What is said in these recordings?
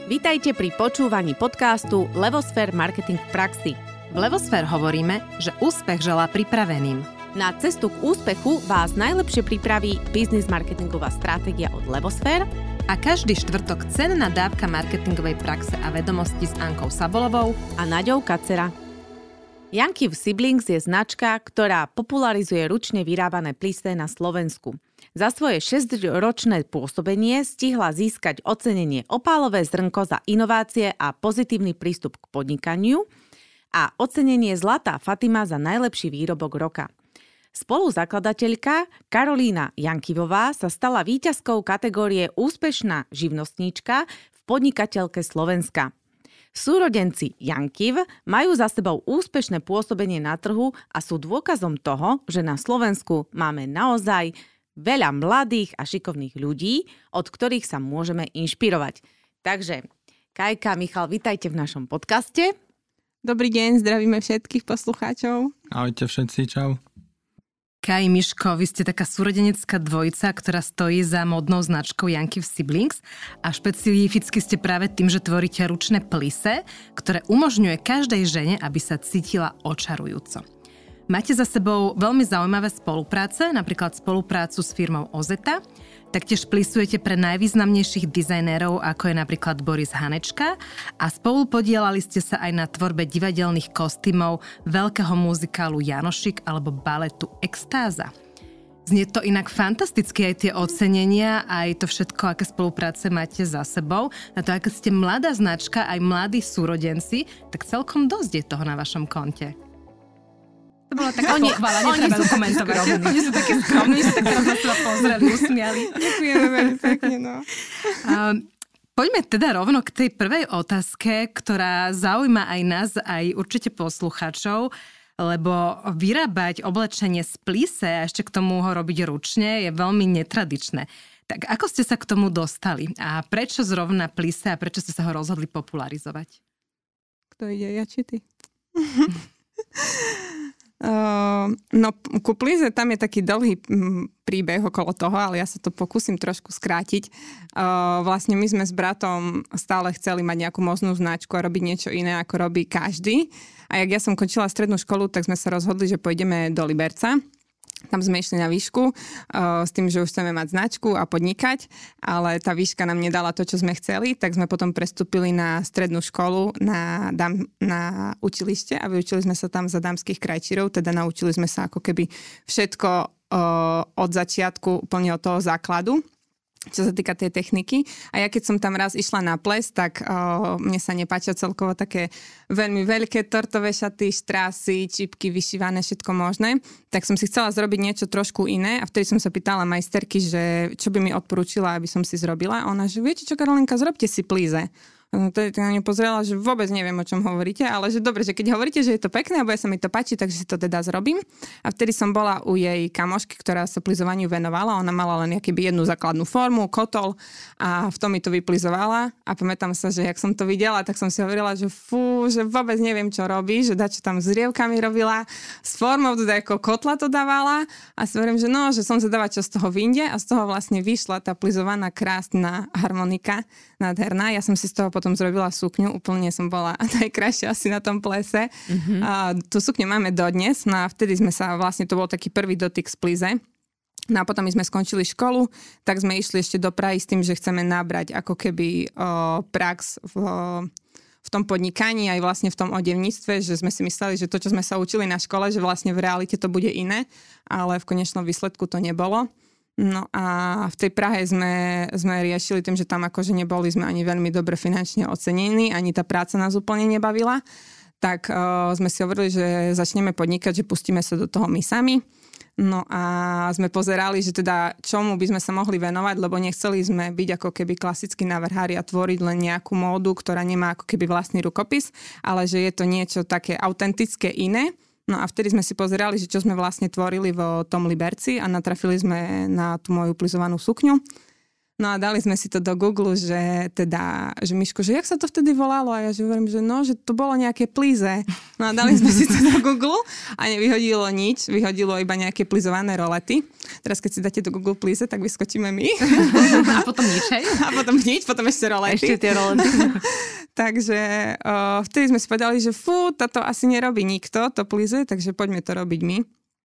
Vítajte pri počúvaní podcastu Levosfér Marketing v praxi. V Levosfér hovoríme, že úspech želá pripraveným. Na cestu k úspechu vás najlepšie pripraví biznis marketingová stratégia od Levosfér a každý štvrtok cenná dávka marketingovej praxe a vedomosti s Ankou Sabolovou a Naďou Kacera. Jankiv Siblings je značka, ktorá popularizuje ručne vyrábané plysé na Slovensku. Za svoje 6-ročné pôsobenie stihla získať ocenenie Opálové zrnko za inovácie a pozitívny prístup k podnikaniu a ocenenie Zlatá Fatima za najlepší výrobok roka. Spoluzakladateľka Karolína Jankivová sa stala víťazkou kategórie Úspešná živnostníčka v podnikateľke Slovenska. Súrodenci Jankiv majú za sebou úspešné pôsobenie na trhu a sú dôkazom toho, že na Slovensku máme naozaj veľa mladých a šikovných ľudí, od ktorých sa môžeme inšpirovať. Takže, Kajka, Michal, vítajte v našom podcaste. Dobrý deň, zdravíme všetkých poslucháčov. Ahojte všetci, čau. Kaj, Miško, vy ste taká súrodenecká dvojica, ktorá stojí za módnou značkou Jankiv Siblings a špecificky ste práve tým, že tvoríte ručné plyse, ktoré umožňuje každej žene, aby sa cítila očarujúco. Máte za sebou veľmi zaujímavé spolupráce, napríklad spoluprácu s firmou Ozeta, taktiež plisujete pre najvýznamnejších dizajnérov, ako je napríklad Boris Hanečka a spolupodielali ste sa aj na tvorbe divadelných kostýmov veľkého muzikálu Janošik alebo baletu Extáza. Znie to inak fantasticky, aj tie ocenenia, aj to všetko, aké spolupráce máte za sebou. Na to, aké ste mladá značka, aj mladí súrodenci, tak celkom dosť je toho na vašom konte. To bola taká pochvala, netreba dokumentovať. Oni sú také skromní, že tak teraz na seba pozreli, usmiali. Ďakujeme veľmi pekne, no. Poďme teda rovno k tej prvej otázke, ktorá zaujíma aj nás, aj určite posluchačov, lebo vyrábať oblečenie z plyse a ešte k tomu ho robiť ručne je veľmi netradičné. Tak ako ste sa k tomu dostali? A prečo zrovna plyse a prečo ste sa ho rozhodli popularizovať? Kto ide, ja či ty? No, ku plyze tam je taký dlhý príbeh okolo toho, ale ja sa to pokúsim trošku skrátiť. Vlastne my sme s bratom stále chceli mať nejakú módnu značku a robiť niečo iné, ako robí každý. A jak ja som končila strednú školu, tak sme sa rozhodli, že pôjdeme do Liberca. Tam sme išli na výšku s tým, že už chceme mať značku a podnikať, ale tá výška nám nedala to, čo sme chceli, tak sme potom prestúpili na strednú školu na učilište a vyučili sme sa tam za dámskych krajčírov, teda naučili sme sa ako keby všetko od začiatku, úplne od toho základu, čo sa týka tej techniky. A ja keď som tam raz išla na ples, tak mne sa nepáčia celkovo také veľmi veľké tortové šaty, štrásy, čipky, vyšívané, všetko možné. Tak som si chcela zrobiť niečo trošku iné a vtedy som sa pýtala majsterky, že čo by mi odporúčila, aby som si zrobila. A ona, že viete čo, Karolinka, zrobte si plíze. Tedy na ňu pozrela, že vôbec neviem, o čom hovoríte, ale že dobre, že keď hovoríte, že je to pekné a bude sa mi to páčiť, takže si to teda zrobím. A vtedy som bola u jej kamošky, ktorá sa plizovaniu venovala. Ona mala len jakýby jednu základnú formu, kotol a v tom mi to vyplizovala. A pamätám sa, že jak som to videla, tak som si hovorila, že fú, že vôbec neviem, čo robí, že dačo tam s rievkami robila, s formou teda ako kotla to dávala a si hovorím, že no, že som zvedavá, čo z toho vyjde a z toho vlastne vyšla tá plizovaná krásna harmonika nádherná. Ja som si z toho potom zrobila sukňu, úplne som bola najkrajšia asi na tom plese. Mm-hmm. A tú sukňu máme dodnes, no a vtedy sme sa vlastne, to bol taký prvý dotyk z plyze. No a potom my sme skončili školu, tak sme išli ešte do Prahy s tým, že chceme nabrať ako keby prax v tom podnikaní, aj vlastne v tom odevníctve, že sme si mysleli, že to, čo sme sa učili na škole, že vlastne v realite to bude iné, ale v konečnom výsledku to nebolo. No a v tej Prahe sme riešili tým, že tam akože neboli sme ani veľmi dobre finančne ocenení, ani tá práca nás úplne nebavila. Tak sme si hovorili, že začneme podnikať, že pustíme sa do toho my sami. No a sme pozerali, že teda čomu by sme sa mohli venovať, lebo nechceli sme byť ako keby klasickí návrhári a tvoriť len nejakú módu, ktorá nemá ako keby vlastný rukopis, ale že je to niečo také autentické iné. No a vtedy sme si pozerali, že čo sme vlastne tvorili v tom Liberci a natrafili sme na tú moju plizovanú sukňu. No a dali sme si to do Google, že Miško, že jak sa to vtedy volalo? A ja že hovorím, že že to bolo nejaké plíze. No a dali sme si to do Google a nevyhodilo nič. Vyhodilo iba nejaké plizované rolety. Teraz keď si dáte do Google plíze, tak vyskočíme my. A potom nič, hej? A potom nič, potom ešte rolety. Ešte tie rolety. Takže vtedy sme si povedali, že toto asi nerobí nikto, to plíze, takže poďme to robiť my.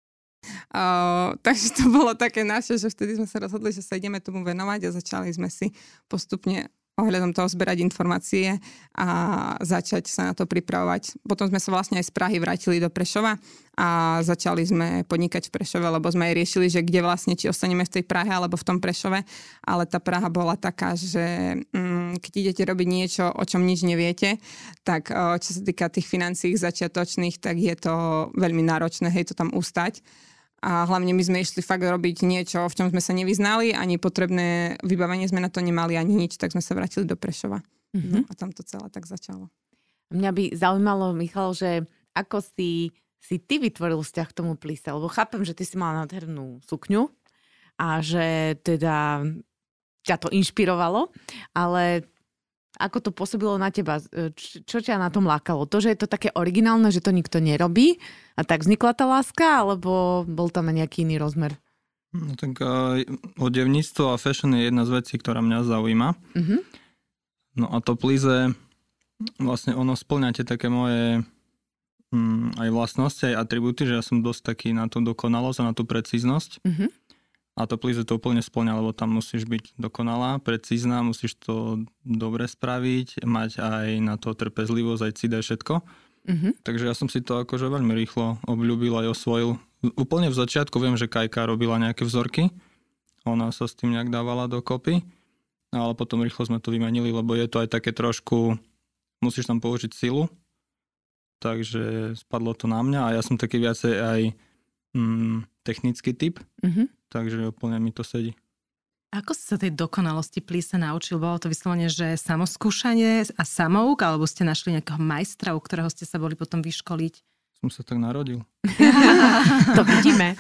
Takže to bolo také naše, že vtedy sme sa rozhodli, že sa ideme tomu venovať a začali sme si postupne ohľadom toho zberať informácie a začať sa na to pripravovať. Potom sme sa vlastne aj z Prahy vrátili do Prešova a začali sme podnikať v Prešove, lebo sme aj riešili, že kde vlastne, či ostaneme v tej Prahe alebo v tom Prešove, ale tá Praha bola taká, že keď idete robiť niečo, o čom nič neviete, tak čo sa týka tých financií začiatočných, tak je to veľmi náročné, hej, to tam ustať. A hlavne my sme išli fakt robiť niečo, v čom sme sa nevyznali, ani potrebné vybavenie sme na to nemali, ani nič, tak sme sa vrátili do Prešova. No, a tam to celé tak začalo. Mňa by zaujímalo, Michal, že ako si ty vytvoril vzťah k tomu plíse, lebo chápem, že ty si mala nádhernú sukňu a že teda ťa to inšpirovalo, ale ako to pôsobilo na teba? Čo ťa na tom lákalo? To, že je to také originálne, že to nikto nerobí a tak vznikla tá láska, alebo bol tam aj nejaký iný rozmer? No tak odevníctvo a fashion je jedna z vecí, ktorá mňa zaujíma. Mm-hmm. No a to plíze, vlastne ono spĺňa tie také moje aj vlastnosti, aj atribúty, že ja som dosť taký na tú dokonalosť a na tú precíznosť. Mm-hmm. A to plíze to úplne spĺňa, lebo tam musíš byť dokonalá, precízna, musíš to dobre spraviť, mať aj na to trpezlivosť, aj cít, aj všetko. Mm-hmm. Takže ja som si to akože veľmi rýchlo obľúbil aj osvojil. Úplne v začiatku viem, že Kajka robila nejaké vzorky. Ona sa s tým nejak dávala dokopy. Ale potom rýchlo sme to vymenili, lebo je to aj také trošku, musíš tam použiť silu. Takže spadlo to na mňa a ja som taký viacej aj technický typ. Mm-hmm. Takže úplne mi to sedí. Ako si sa tej dokonalosti plíse naučil? Bolo to vyslovene, že samoskúšanie a samouk, alebo ste našli nejakého majstra, u ktorého ste sa boli potom vyškoliť? Som sa tak narodil. To vidíme.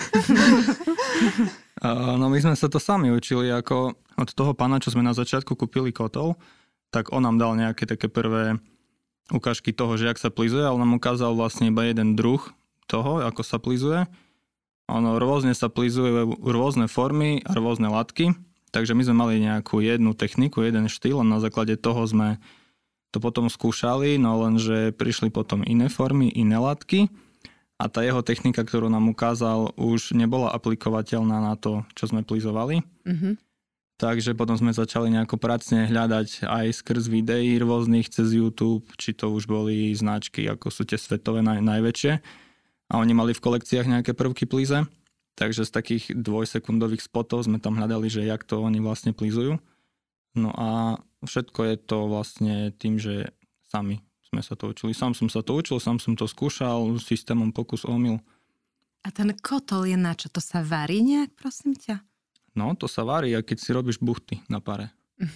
No my sme sa to sami učili, ako od toho pána, čo sme na začiatku kúpili kotol, tak on nám dal nejaké také prvé ukážky toho, že jak sa plízuje, ale nám ukázal vlastne iba jeden druh toho, ako sa plízuje. Ono rôzne sa plízuje rôzne formy a rôzne látky, takže my sme mali nejakú jednu techniku, jeden štýl a na základe toho sme to potom skúšali, no lenže prišli potom iné formy, iné látky a tá jeho technika, ktorú nám ukázal, už nebola aplikovateľná na to, čo sme plízovali. Mm-hmm. Takže potom sme začali nejako pracne hľadať aj skrz videí rôznych cez YouTube, či to už boli značky, ako sú tie svetové najväčšie. A oni mali v kolekciách nejaké prvky plíze, takže z takých 2-sekundových spotov sme tam hľadali, že jak to oni vlastne plízujú. No a všetko je to vlastne tým, že sami sme sa to učili. Sám som sa to učil, sám som to skúšal systémom pokus omyl. A ten kotol je na čo? To sa varí nejak, prosím ťa? No, to sa varí, a keď si robíš buchty na pare.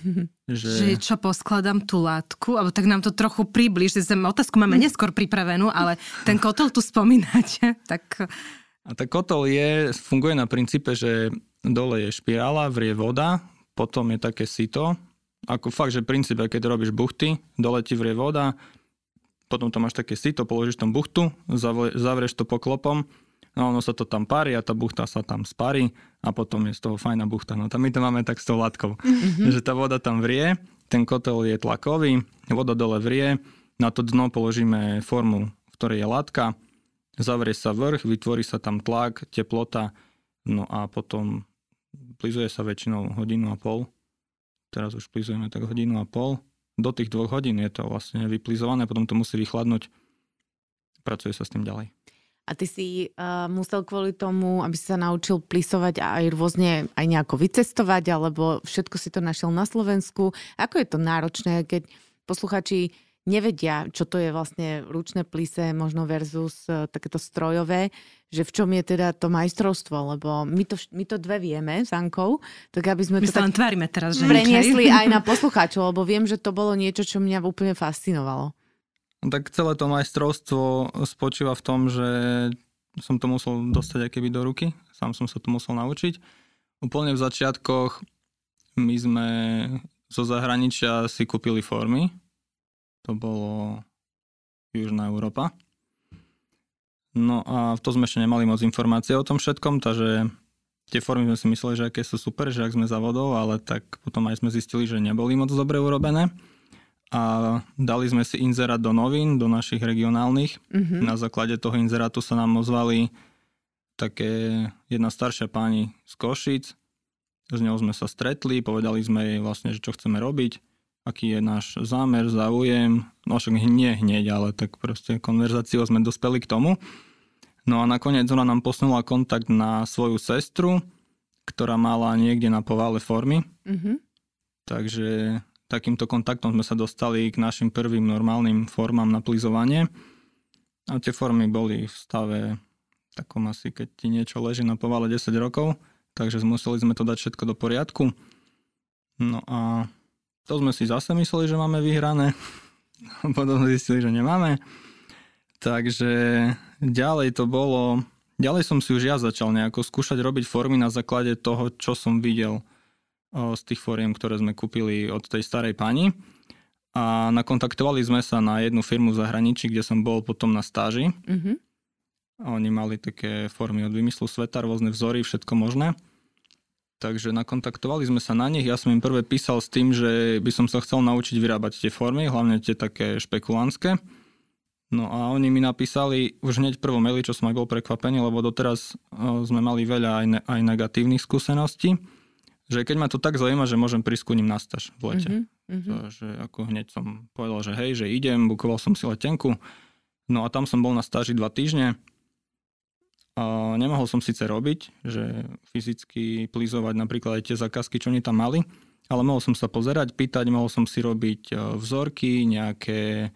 Že čo, poskladám tú látku, alebo tak nám to trochu približ, otázku máme neskôr pripravenú, ale ten kotol tu spomínate, tak... A ten kotol funguje na princípe, že dole je špirála, vrie voda, potom je také sito, ako fakt, že princípe, keď robíš buchty, dole ti vrie voda, potom tam máš také sito, položíš tam buchtu, zavrieš to poklopom, no ono sa to tam pári a tá buchta sa tam sparí a potom je z toho fajná buchta. No tam my to máme tak s tou látkou, že tá voda tam vrie, ten kotol je tlakový, voda dole vrie, na to dno položíme formu, v ktorej je látka, zavrie sa vrch, vytvorí sa tam tlak, teplota, no a potom plízuje sa väčšinou 1,5 hodiny. Teraz už plízujeme tak 1,5 hodiny. Do tých 2 hodín je to vlastne vyplízované, potom to musí vychladnúť, pracuje sa s tým ďalej. A ty si musel kvôli tomu, aby si sa naučil plísovať a aj rôzne aj nejako vycestovať, alebo všetko si to našiel na Slovensku. Ako je to náročné, keď posluchači nevedia, čo to je vlastne ručné plíse, možno versus takéto strojové, že v čom je teda to majstrovstvo, lebo my to dve vieme s Ankou, tak aby sme my to tak tvárime teraz, že preniesli aj na poslucháčov, lebo viem, že to bolo niečo, čo mňa úplne fascinovalo. Tak celé to majstrovstvo spočíva v tom, že som to musel dostať aj keby do ruky. Sám som sa to musel naučiť. Úplne v začiatkoch My sme zo zahraničia si kúpili formy. To bolo Južná Európa. No a to sme ešte nemali moc informácie o tom všetkom, takže tie formy sme si mysleli, že aké sú super, že ak sme za vodou, ale tak potom aj sme zistili, že neboli moc dobre urobené. A dali sme si inzerát do novín, do našich regionálnych. Na základe toho inzerátu sa nám ozvali jedna staršia pani z Košíc. S ňou sme sa stretli, povedali sme jej vlastne, že čo chceme robiť, aký je náš zámer, záujem. No však nie hneď, ale tak proste konverzáciou sme dospeli k tomu. No a nakoniec ona nám posunula kontakt na svoju sestru, ktorá mala niekde na Povále formy. Takže takýmto kontaktom sme sa dostali k našim prvým normálnym formám na plizovanie. A tie formy boli v stave takom asi, keď ti niečo leží na Povále 10 rokov, takže museli sme to dať všetko do poriadku. No a to sme si zase mysleli, že máme vyhrané. Potom zistili, že nemáme. Takže ďalej som si už ja začal nejako skúšať robiť formy na základe toho, čo som videl z tých foriem, ktoré sme kúpili od tej starej pani. A nakontaktovali sme sa na jednu firmu v zahraničí, kde som bol potom na stáži. A oni mali také formy od vymyslu sveta, rôzne vzory, všetko možné. Takže nakontaktovali sme sa na nich. Ja som im prvé písal s tým, že by som sa chcel naučiť vyrábať tie formy, hlavne tie také špekulantské. No a oni mi napísali už hneď v prvom maili, čo som aj bol prekvapený, lebo doteraz sme mali veľa aj negatívnych skúseností, že keď ma to tak zaujíma, že môžem prísť ku ním na stáž v lete. Že ako hneď som povedal, že hej, že idem, bukoval som si letenku. No a tam som bol na stáži 2 týždne. A nemohol som síce robiť, že fyzicky plizovať napríklad aj tie zákazky, čo oni tam mali, ale mohol som sa pozerať, pýtať, mohol som si robiť vzorky, nejaké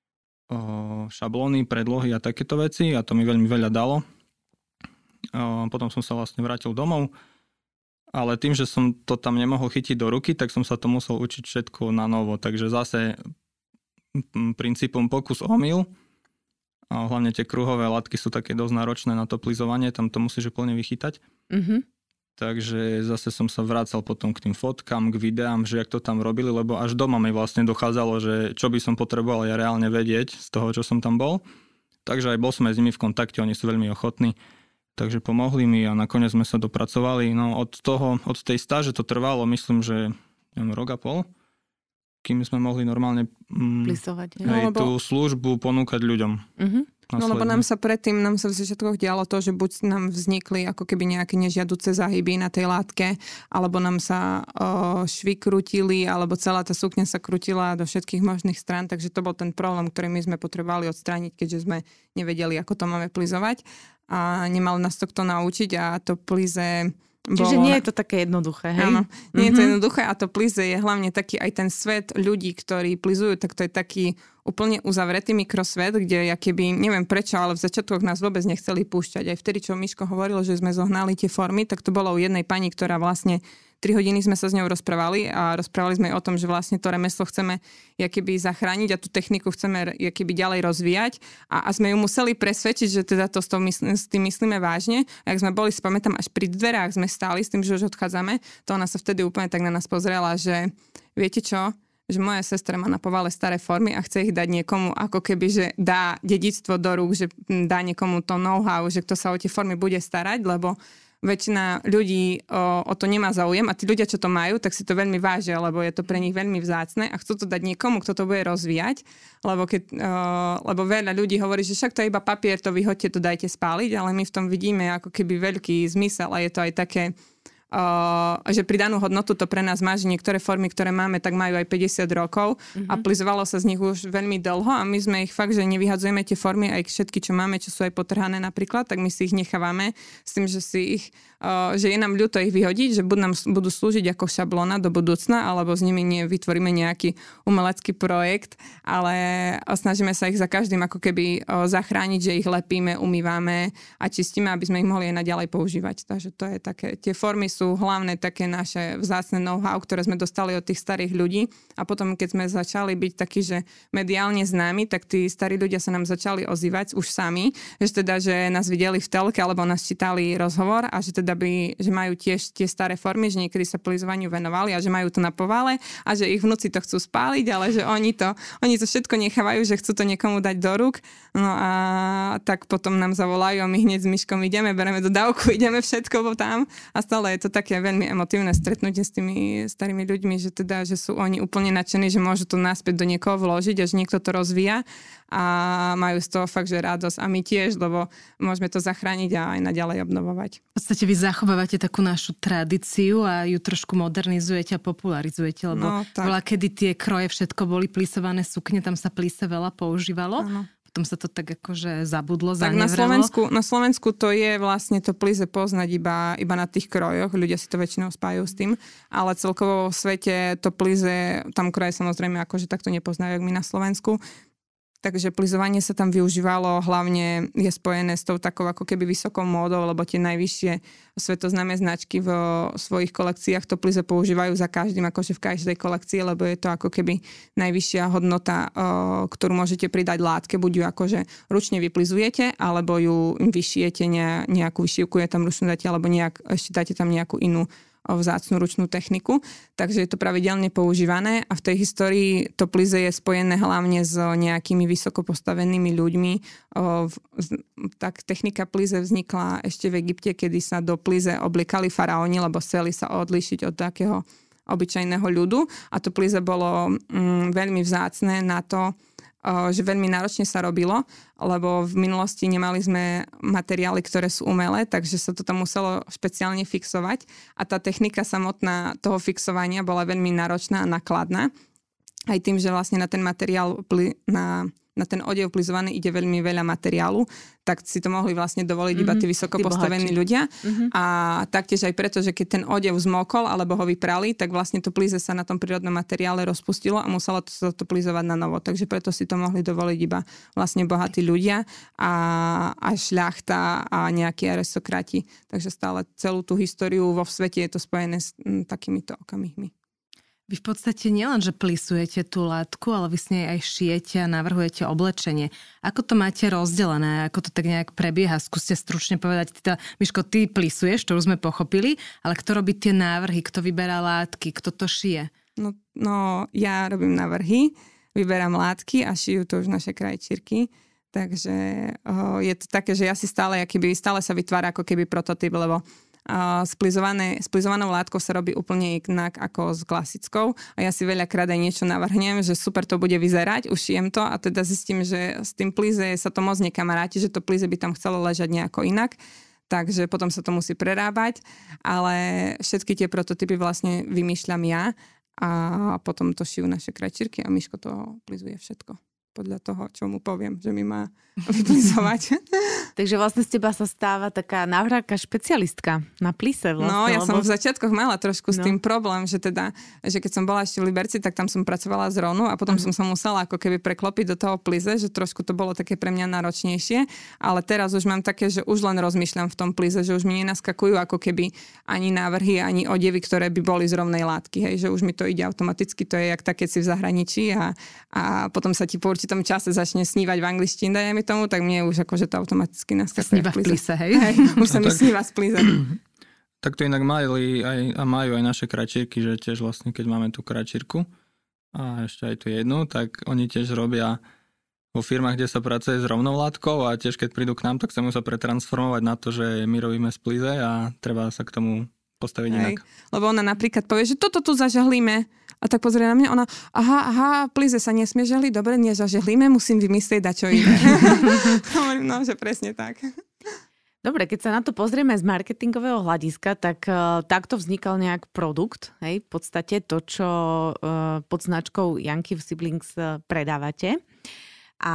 šablóny, predlohy a takéto veci a to mi veľmi veľa dalo. Potom som sa vlastne vrátil domov, ale tým, že som to tam nemohol chytiť do ruky, tak som sa to musel učiť všetko na novo, takže zase princípom pokus omyl. A hlavne tie kruhové látky sú také dosť náročné na to plizovanie, tam to musíš úplne vychytať. Takže zase som sa vracal potom k tým fotkám, k videám, že jak to tam robili, lebo až doma mi vlastne dochádzalo, že čo by som potreboval ja reálne vedieť z toho, čo som tam bol. Takže aj bol som aj s nimi v kontakte, oni sú veľmi ochotní. Takže pomohli mi a nakoniec sme sa dopracovali. No od tej stáže to trvalo, myslím, že rok a pol, kým sme mohli normálne plisovať, tú službu ponúkať ľuďom. No lebo nám sa v začiatkoch dialo to, že buď nám vznikli ako keby nejaké nežiaduce záhyby na tej látke, alebo nám sa švy krútili, alebo celá tá sukňa sa krútila do všetkých možných strán, takže to bol ten problém, ktorý my sme potrebovali odstrániť, keďže sme nevedeli, ako to máme plizovať a nemal nás to kto naučiť a to plize Čiže nie je to také jednoduché, hej? Áno, nie je to jednoduché a to plize je hlavne taký aj ten svet ľudí, ktorí plizujú, tak to je taký úplne uzavretý mikrosvet, kde ja keby, neviem prečo, ale v začiatkoch nás vôbec nechceli púšťať. Aj vtedy, čo Miško hovoril, že sme zohnali tie formy, tak to bolo u jednej pani, ktorá vlastne 3 hodiny sme sa s ňou rozprávali a rozprávali sme o tom, že vlastne to remeslo chceme keby zachrániť a tú techniku chceme keby ďalej rozvíjať a sme ju museli presvedčiť, že teda to s tým myslíme vážne. A ak sme boli, spamätám, až pri dverách sme stáli s tým, že už odchádzame, to ona sa vtedy úplne tak na nás pozrela, že viete čo, že moja sestra má na Povále staré formy a chce ich dať niekomu, ako keby, že dá dedičstvo do rúk, že dá niekomu to know-how, že kto sa o tie formy bude starať, lebo väčšina ľudí o to nemá záujem a tí ľudia, čo to majú, tak si to veľmi vážia, lebo je to pre nich veľmi vzácne a chcú to dať niekomu, kto to bude rozvíjať, lebo veľa ľudí hovorí, že však to je iba papier, to vyhoďte, to dajte spáliť, ale my v tom vidíme ako keby veľký zmysel a je to aj také, že pridanú hodnotu to pre nás má, že niektoré formy, ktoré máme, tak majú aj 50 rokov a plizovalo sa z nich už veľmi dlho a my sme ich fakt, že nevyhadzujeme tie formy, aj všetky, čo máme, čo sú aj potrhané napríklad, tak my si ich nechávame s tým, že že je nám ľúto ich vyhodiť, že nám budú slúžiť ako šablóna do budúcna, alebo s nimi vytvoríme nejaký umelecký projekt, ale snažíme sa ich za každým ako keby zachrániť, že ich lepíme, umývame a čistíme, aby sme ich mohli aj naďalej používať. Takže to je také, tie formy sú sú hlavné také naše vzácne know-how, ktoré sme dostali od tých starých ľudí. A potom, keď sme začali byť takí, že mediálne známi, tak tí starí ľudia sa nám začali ozývať už sami, že nás videli v telke alebo nás čítali rozhovor a že teda že majú tiež tie staré formy, že niekedy sa plizovaniu venovali a že majú to na povále a že ich vnúci to chcú spáliť, ale že oni to všetko nechávajú, že chcú to niekomu dať do rúk. No a tak potom nám zavolajú a my hneď s Myškom ideme, bereme do dávku, ideme všetko tam a stále je to také veľmi emotívne stretnutie s tými starými ľuďmi, že sú oni úplne nadšení, že môžu to naspäť do niekoho vložiť a že niekto to rozvíja a majú z toho fakt, že radosť a my tiež, lebo môžeme to zachrániť a aj naďalej obnovovať. V podstate vy zachovávate takú našu tradíciu a ju trošku modernizujete a popularizujete, lebo bola kedy tie kroje všetko boli plisované sukne, tam sa plise veľa používalo. Áno. Potom sa to tak akože zabudlo, zanevrelo. Tak na Slovensku to je vlastne to plise poznať iba na tých krojoch. Ľudia si to väčšinou spájajú s tým. Ale celkovo v svete to plise, tam kroje samozrejme akože takto nepoznajú, jak my na Slovensku. Takže plizovanie sa tam využívalo, hlavne je spojené s tou takou ako keby vysokou módou, lebo tie najvyššie svetoznáme značky vo svojich kolekciách to plize používajú za každým, akože v každej kolekcii, lebo je to ako keby najvyššia hodnota, ktorú môžete pridať látke, buď ju akože ručne vyplizujete, alebo ju vyšijete, nejakú vyšívku je tam ručnú dáte, alebo ešte dáte tam nejakú inú vzácnu ručnú techniku, takže je to pravidelne používané a v tej histórii to plize je spojené hlavne s nejakými vysoko postavenými ľuďmi. Tak technika plize vznikla ešte v Egypte, kedy sa do plize oblikali faraóni, lebo chceli sa odlíšiť od takého obyčajného ľudu a to plize bolo veľmi vzácne na to, že veľmi náročne sa robilo, lebo v minulosti nemali sme materiály, ktoré sú umelé, takže sa to tam muselo špeciálne fixovať a tá technika samotná toho fixovania bola veľmi náročná a nákladná. Aj tým, že vlastne na ten materiál, na ten odev plizovaný ide veľmi veľa materiálu, tak si to mohli vlastne dovoliť iba tí vysoko postavení ľudia. A taktiež aj preto, že keď ten odev zmokol alebo ho vyprali, tak vlastne to plize sa na tom prírodnom materiále rozpustilo a muselo sa to plizovať na novo. Takže preto si to mohli dovoliť iba vlastne bohatí ľudia a šľachta a nejakí aristokrati. Takže stále celú tú históriu vo svete je to spojené s takýmito okamihmi. Vy v podstate nielen, že plisujete tú látku, ale vy s nej aj šijete a navrhujete oblečenie. Ako to máte rozdelené? Ako to tak nejak prebieha? Skúste stručne povedať. Miško, ty plisuješ, to už sme pochopili, ale kto robí tie návrhy? Kto vyberá látky? Kto to šije? No ja robím návrhy, vyberám látky a šijú to už naše krajčírky. Takže je to také, že ja si stále sa vytvára ako keby prototyp, lebo splizovanou látkou sa robí úplne inak ako s klasickou a ja si veľakrát aj niečo navrhnem, že super to bude vyzerať, ušijem to a teda zistím, že s tým plize sa to moc nekamaráti, že to plize by tam chcelo ležať nejako inak, takže potom sa to musí prerábať, ale všetky tie prototypy vlastne vymýšľam ja a potom to šijú naše krajčírky a Miško to plizuje všetko podľa toho, čo mu poviem, že mi má vyplizovať. Takže vlastne z teba sa stáva taká návrhárka špecialistka na plise vlastne. No, ja som v začiatkoch mala trošku s tým problém, že keď som bola ešte v Liberci, tak tam som pracovala z Ronu a potom som sa musela ako keby preklopiť do toho plize, že trošku to bolo také pre mňa náročnejšie, ale teraz už mám také, že už len rozmýšľam v tom plize, že už mi nenaskakujú ako keby ani návrhy, ani odevy, ktoré by boli z rovnej látky, hej, že už mi to ide automaticky, to je jak tak, keď si v zahraničí a potom sa ti po určitom čase začne snívať v angličtine, dajme tomu, tak mne už akože to automaticky naskakuje. Sníva v plise, hej? Už sa mi sníva z plize. Tak to inak majú aj naše krajčírky, že tiež vlastne, keď máme tú krajčírku a ešte aj tú jednu, tak oni tiež robia vo firmách, kde sa pracuje s rovnou látkou a tiež keď prídu k nám, tak sa musia pretransformovať na to, že my robíme z plize a treba sa k tomu postaviť inak. Lebo ona napríklad povie, že toto tu zažahlíme. A tak pozrie na mňa, ona, aha, plize sa nesmie žahliť, dobre, nezažahlíme, musím vymyslieť dačo iné. Hovorím, no, že presne tak. Dobre, keď sa na to pozrieme z marketingového hľadiska, tak takto vznikal nejak produkt, hej, v podstate to, čo pod značkou Jankiv Siblings predávate. A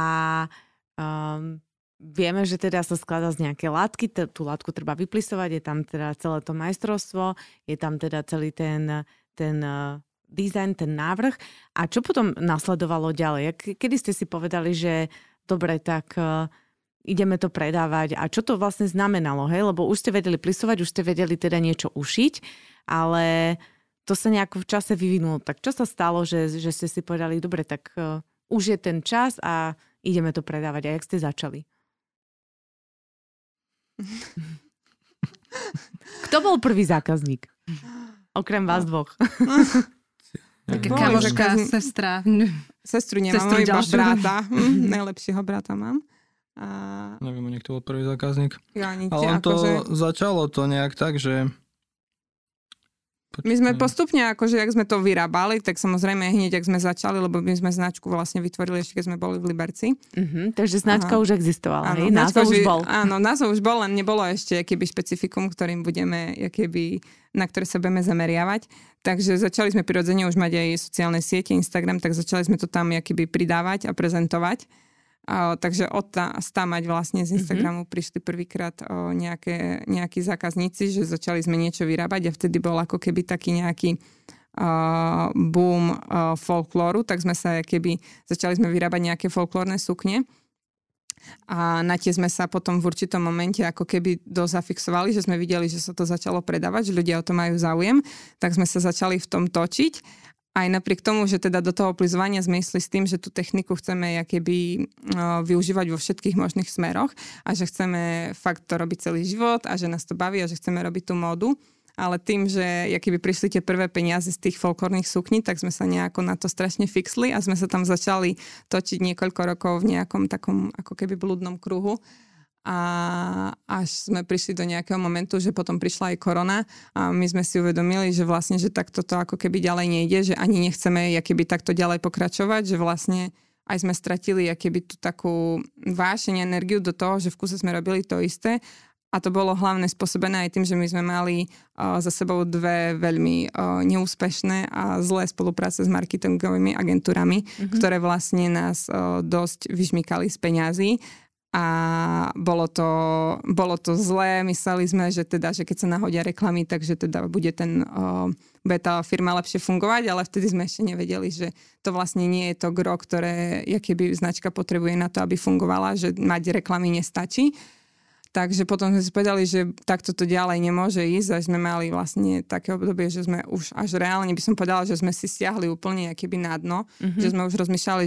vieme, že teda sa skladá z nejaké látky, tú látku treba vyplisovať, je tam teda celé to majstrovstvo, je tam teda celý ten dizajn, ten návrh. A čo potom nasledovalo ďalej? Kedy ste si povedali, že dobre, tak ideme to predávať a čo to vlastne znamenalo, hej? Lebo už ste vedeli plisovať, už ste vedeli teda niečo ušiť, ale to sa nejako v čase vyvinulo. Tak čo sa stalo, že ste si povedali, dobre, tak už je ten čas a ideme to predávať. A jak ste začali? Kto bol prvý zákazník? Okrem vás dvoch. Taká kamoška, sestra. Sestru nemám, iba brata. Najlepšieho brata mám. Neviem, niekto bol prvý zákazník. Ja ani ale on to začalo to nejak tak, že... My sme postupne, akože jak sme to vyrábali, tak samozrejme hneď, jak sme začali, lebo my sme značku vlastne vytvorili ešte, keď sme boli v Liberci. Takže značka už existovala, hej? Názov už bol. Áno, názov už bol, len nebolo ešte akýby špecifikum, ktorým budeme, na ktoré sa budeme zameriavať. Takže začali sme prirodzene už mať aj sociálne siete, Instagram, tak začali sme to tam akýby pridávať a prezentovať. Takže od mať vlastne z Instagramu prišli prvýkrát nejakí zákazníci, že začali sme niečo vyrábať a vtedy bol ako keby taký nejaký boom folklóru, tak sme sa začali sme vyrábať nejaké folklórne sukne a na tie sme sa potom v určitom momente ako keby dozafixovali, že sme videli, že sa to začalo predávať, že ľudia o to majú záujem, tak sme sa začali v tom točiť. Aj napriek tomu, že teda do toho plizovania sme išli s tým, že tú techniku chceme využívať vo všetkých možných smeroch a že chceme fakt to robiť celý život a že nás to baví a že chceme robiť tú módu. Ale tým, že prišli tie prvé peniaze z tých folklórnych sukní, tak sme sa nejako na to strašne fixli a sme sa tam začali točiť niekoľko rokov v nejakom takom ako keby blúdnom kruhu. A až sme prišli do nejakého momentu, že potom prišla aj korona a my sme si uvedomili, že vlastne, že takto to ako keby ďalej nejde, že ani nechceme takto ďalej pokračovať, že vlastne aj sme stratili tú takú vášeň, energiu do toho, že v kuse sme robili to isté. A to bolo hlavne spôsobené aj tým, že my sme mali za sebou dve veľmi neúspešné a zlé spolupráce s marketingovými agentúrami, ktoré vlastne nás dosť vyžmykali z peňazí. A bolo to zlé, mysleli sme, že keď sa nahodia reklamy, takže teda bude tá firma lepšie fungovať, ale vtedy sme ešte nevedeli, že to vlastne nie je to gro, ktoré značka potrebuje na to, aby fungovala, že mať reklamy nestačí. Takže potom sme si povedali, že takto to ďalej nemôže ísť a sme mali vlastne také obdobie, že sme už až reálne by som povedala, že sme si stiahli úplne na dno, že sme už rozmýšľali,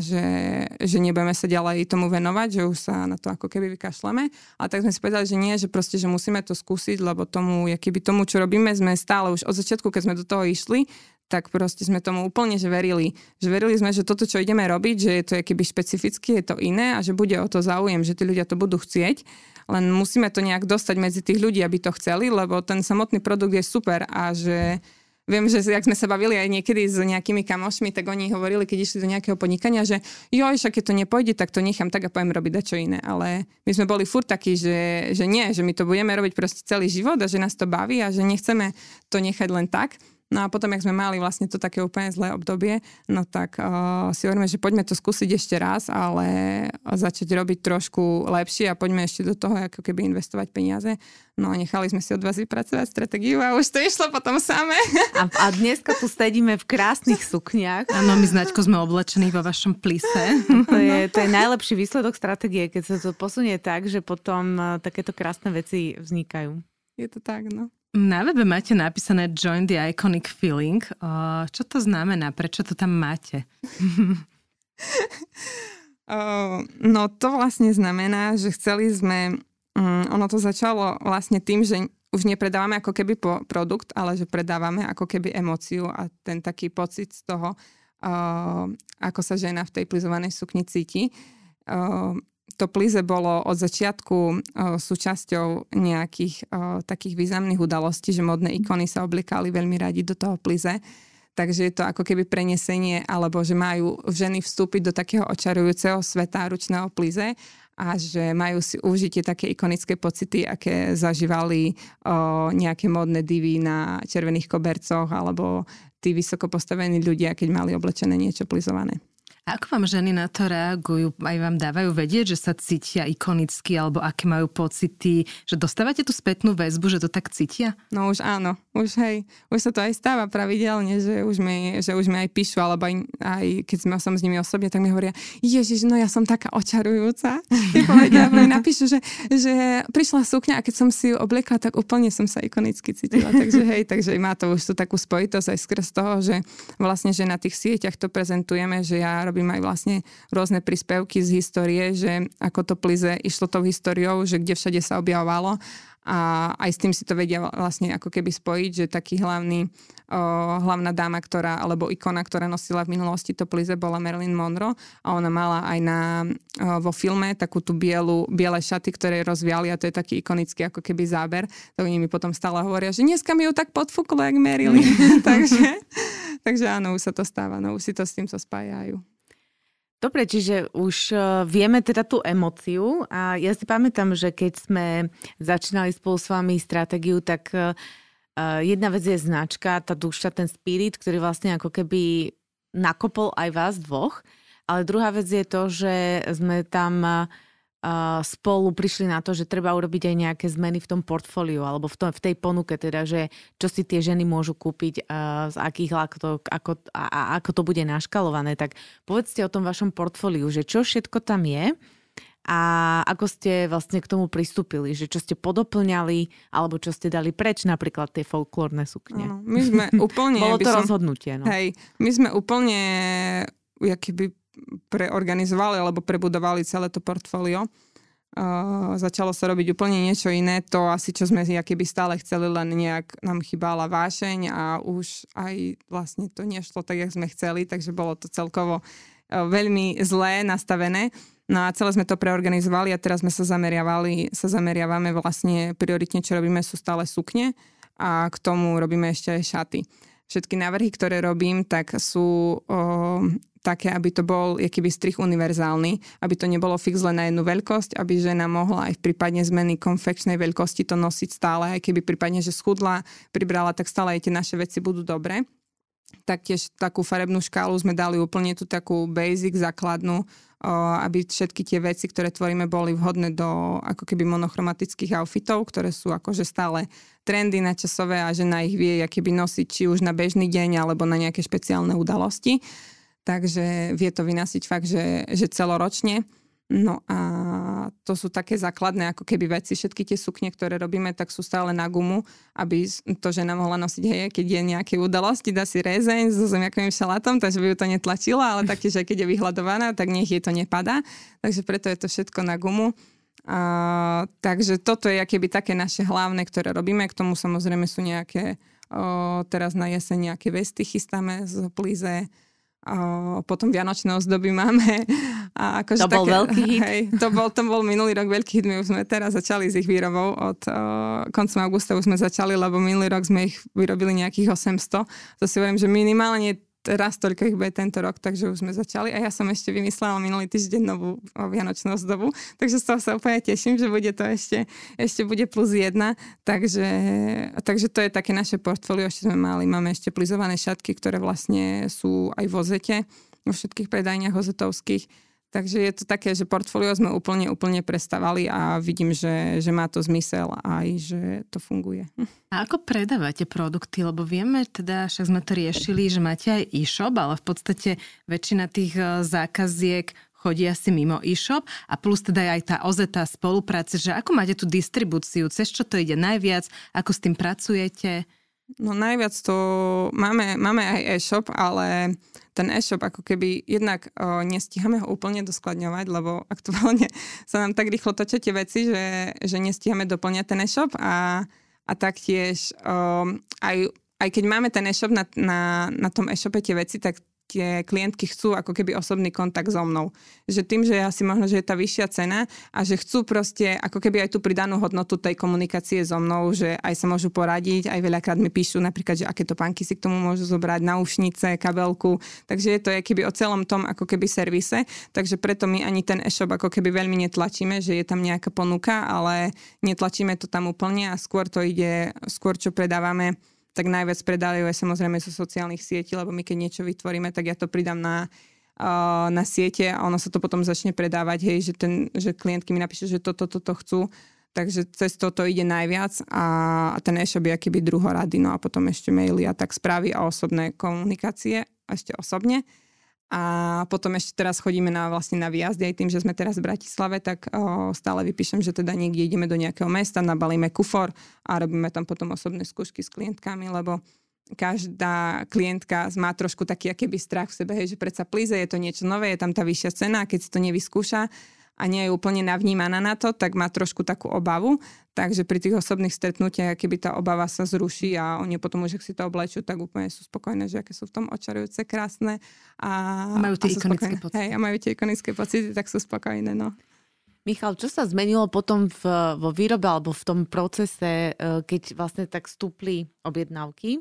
že nebudeme sa ďalej tomu venovať, že už sa na to ako keby vykašleme. A tak sme si povedali, že nie, že proste, že musíme to skúsiť, lebo tomu, čo robíme, sme stále už od začiatku, keď sme do toho išli, tak proste sme tomu úplne verili. Že verili sme, že toto, čo ideme robiť, že je to špecificky, je to iné a že bude o to záujem, že tí ľudia to budú chcieť. Len musíme to nejak dostať medzi tých ľudí, aby to chceli, lebo ten samotný produkt je super a že viem, že jak sme sa bavili aj niekedy s nejakými kamošmi, tak oni hovorili, keď išli do nejakého podnikania, že však keď to nepôjde, tak to nechám tak a pojem robiť dačo iné. Ale my sme boli furt takí, že nie, že my to budeme robiť proste celý život a že nás to baví a že nechceme to nechať len tak. No a potom, jak sme mali vlastne to také úplne zlé obdobie, no tak si hovoríme, že poďme to skúsiť ešte raz, ale začať robiť trošku lepšie a poďme ešte do toho ako keby investovať peniaze. No a nechali sme si od vás vypracovať stratégiu a už to išlo potom samé. A dneska tu sedíme v krásnych sukniach. Áno, my s Naďkou sme oblečení vo vašom plise. To je najlepší výsledok stratégie, keď sa to posunie tak, že potom takéto krásne veci vznikajú. Je to tak, no. Na webe máte napísané Join the Iconic Feeling. Čo to znamená? Prečo to tam máte? No to vlastne znamená, že chceli sme... ono to začalo vlastne tým, že už nepredávame ako keby produkt, ale že predávame ako keby emóciu a ten taký pocit z toho, ako sa žena v tej plizovanej sukni cíti. To plize bolo od začiatku súčasťou nejakých takých významných udalostí, že modné ikony sa oblikali veľmi radi do toho plize. Takže je to ako keby prenesenie, alebo že majú ženy vstúpiť do takého očarujúceho sveta ručného plize a že majú si užiť tie také ikonické pocity, aké zažívali nejaké modné divy na červených kobercoch alebo tí vysoko postavení ľudia, keď mali oblečené niečo plizované. A ako vám ženy na to reagujú? Aj vám dávajú vedieť, že sa cítia ikonicky, alebo aké majú pocity? Že dostávate tú spätnú väzbu, že to tak cítia? No už áno, už sa to aj stáva pravidelne, že už mi aj píšu, alebo aj keď som s nimi osobne, tak mi hovoria, Ježiš, no ja som taká očarujúca. Mi napíšu, že prišla sukňa a keď som si ju obliekla, tak úplne som sa ikonicky cítila. Takže má to už tú takú spojitosť aj skrz toho, že vlastne, že na tých sieťach to prezentujeme, že ja robím aj vlastne rôzne príspevky z histórie, že ako to plize išlo tou históriou, že kde všade sa objavovalo a aj s tým si to vedia vlastne ako keby spojiť, že taký hlavná dáma, alebo ikona, ktorá nosila v minulosti to plize, bola Marilyn Monroe a ona mala aj vo filme takú tú biele šaty, ktoré rozviali a to je taký ikonický ako keby záber. To oni mi potom stále hovoria, že dneska mi ju tak podfúklo, jak Marilyn. takže áno, už sa to stáva, no už si to s týmto spájajú. Dobre, čiže už vieme teda tú emóciu a ja si pamätám, že keď sme začínali spolu s vami stratégiu, tak jedna vec je značka, tá duša, ten spirit, ktorý vlastne ako keby nakopol aj vás dvoch, ale druhá vec je to, že sme tam spolu prišli na to, že treba urobiť aj nejaké zmeny v tom portfóliu alebo v tej ponuke, teda, že čo si tie ženy môžu kúpiť, z akých látok, ako to bude naškalované. Tak povedzte o tom vašom portfóliu, že čo všetko tam je a ako ste vlastne k tomu pristúpili, že čo ste podoplňali alebo čo ste dali preč, napríklad tie folklórne sukne. Áno, my sme úplne... Bolo to rozhodnutie. No. Hej, my sme úplne preorganizovali alebo prebudovali celé to portfólio. Začalo sa robiť úplne niečo iné. To asi, čo sme stále chceli, len nejak nám chýbala vášeň a už aj vlastne to nešlo tak, jak sme chceli, takže bolo to celkovo veľmi zlé nastavené. No a celé sme to preorganizovali a teraz sme sa zameriavame vlastne prioritne, čo robíme, sú stále sukne a k tomu robíme ešte aj šaty. Všetky návrhy, ktoré robím, tak sú také, aby to bol akýby strih univerzálny, aby to nebolo fix len na jednu veľkosť, aby žena mohla aj v prípadne zmeny konfekčnej veľkosti to nosiť stále, aj keby prípadne, že schudla, pribrala, tak stále aj tie naše veci budú dobré. Taktiež takú farebnú škálu sme dali úplne tú takú basic, základnú, aby všetky tie veci, ktoré tvoríme, boli vhodné do ako keby monochromatických outfitov, ktoré sú akože stále trendy načasové a žena ich vie akýby nosiť či už na bežný deň alebo na nejaké špeciálne udalosti. Takže vie to vynasiť fakt, že celoročne. No a to sú také základné ako keby veci. Všetky tie sukne, ktoré robíme, tak sú stále na gumu, aby to žena mohla nosiť, keď je nejaké udalosti, dá si rezeň so zemiakovým šalátom, takže by ju to netlačila, ale taktiež aj keď je vyhľadovaná, tak nech jej to nepadá. Takže preto je to všetko na gumu. Takže toto je akéby také naše hlavné, ktoré robíme. K tomu samozrejme sú nejaké, teraz na jeseň nejaké vesty chystáme z plize, potom vianočné ozdoby máme. A akože to bol veľký hit? Hej, to bol minulý rok veľký hit. My už sme teraz začali s ich výrobou. Od koncom augusta už sme začali, lebo minulý rok sme ich vyrobili nejakých 800. To si hovorím, že minimálne raz toľko ich bude tento rok, takže už sme začali. A ja som ešte vymyslela minulý týždeň novú vianočnú ozdobu, takže z toho sa úplne teším, že bude to ešte bude +1. Takže to je také naše portfólio, ešte máme ešte plizované šatky, ktoré vlastne sú aj vo Zete, vo všetkých predajniach ozetovských. Takže je to také, že portfólio sme úplne prestavali a vidím, že má to zmysel aj, že to funguje. A ako predávate produkty? Lebo vieme, teda však sme to riešili, že máte aj e-shop, ale v podstate väčšina tých zákaziek chodí asi mimo e-shop a plus teda aj tá ozetá spolupráca, že ako máte tú distribúciu, cez čo to ide najviac, ako s tým pracujete? No najviac to máme aj e-shop, ale ten e-shop ako keby jednak nestíhame ho úplne doskladňovať, lebo aktuálne sa nám tak rýchlo točia tie veci, že nestíhame doplňať ten e-shop a taktiež aj keď máme ten e-shop na tom e-shope tie veci, tak tie klientky chcú ako keby osobný kontakt so mnou. Že tým, že asi možno, že je tá vyššia cena a že chcú proste ako keby aj tú pridanú hodnotu tej komunikácie so mnou, že aj sa môžu poradiť, aj veľakrát mi píšu napríklad, že aké topánky si k tomu môžu zobrať, náušnice, kabelku. Takže je to keby o celom tom ako keby servise. Takže preto my ani ten e-shop ako keby veľmi netlačíme, že je tam nejaká ponuka, ale netlačíme to tam úplne a skôr čo predávame, tak najviac predávajú aj samozrejme zo sociálnych sietí, lebo my keď niečo vytvoríme, tak ja to pridám na na siete a ono sa to potom začne predávať, hej, že klientky mi napíšu, že toto chcú. Takže cez toto ide najviac a ten e-shop je akýby druhorady, no a potom ešte maily a tak správy a osobné komunikácie, ešte osobne. A potom ešte teraz chodíme vlastne na výjazdy, aj tým, že sme teraz v Bratislave, tak stále vypíšem, že teda niekde ideme do nejakého mesta, nabalíme kufor a robíme tam potom osobné skúšky s klientkami, lebo každá klientka má trošku taký akýby strach v sebe, hej, že predsa Please je to niečo nové, je tam tá vyššia cena a keď si to nevyskúša a nie je úplne navnímaná na to, tak má trošku takú obavu. Takže pri tých osobných stretnutiach, keby tá obava sa zruší a oni potom už, ak si to oblečú, tak úplne sú spokojné, že aké sú v tom očarujúce, krásne. A majú tie ikonické pocity. Hej, a majú tie ikonické pocity, tak sú spokojné, no. Michal, čo sa zmenilo potom vo výrobe alebo v tom procese, keď vlastne tak vstúpli objednávky?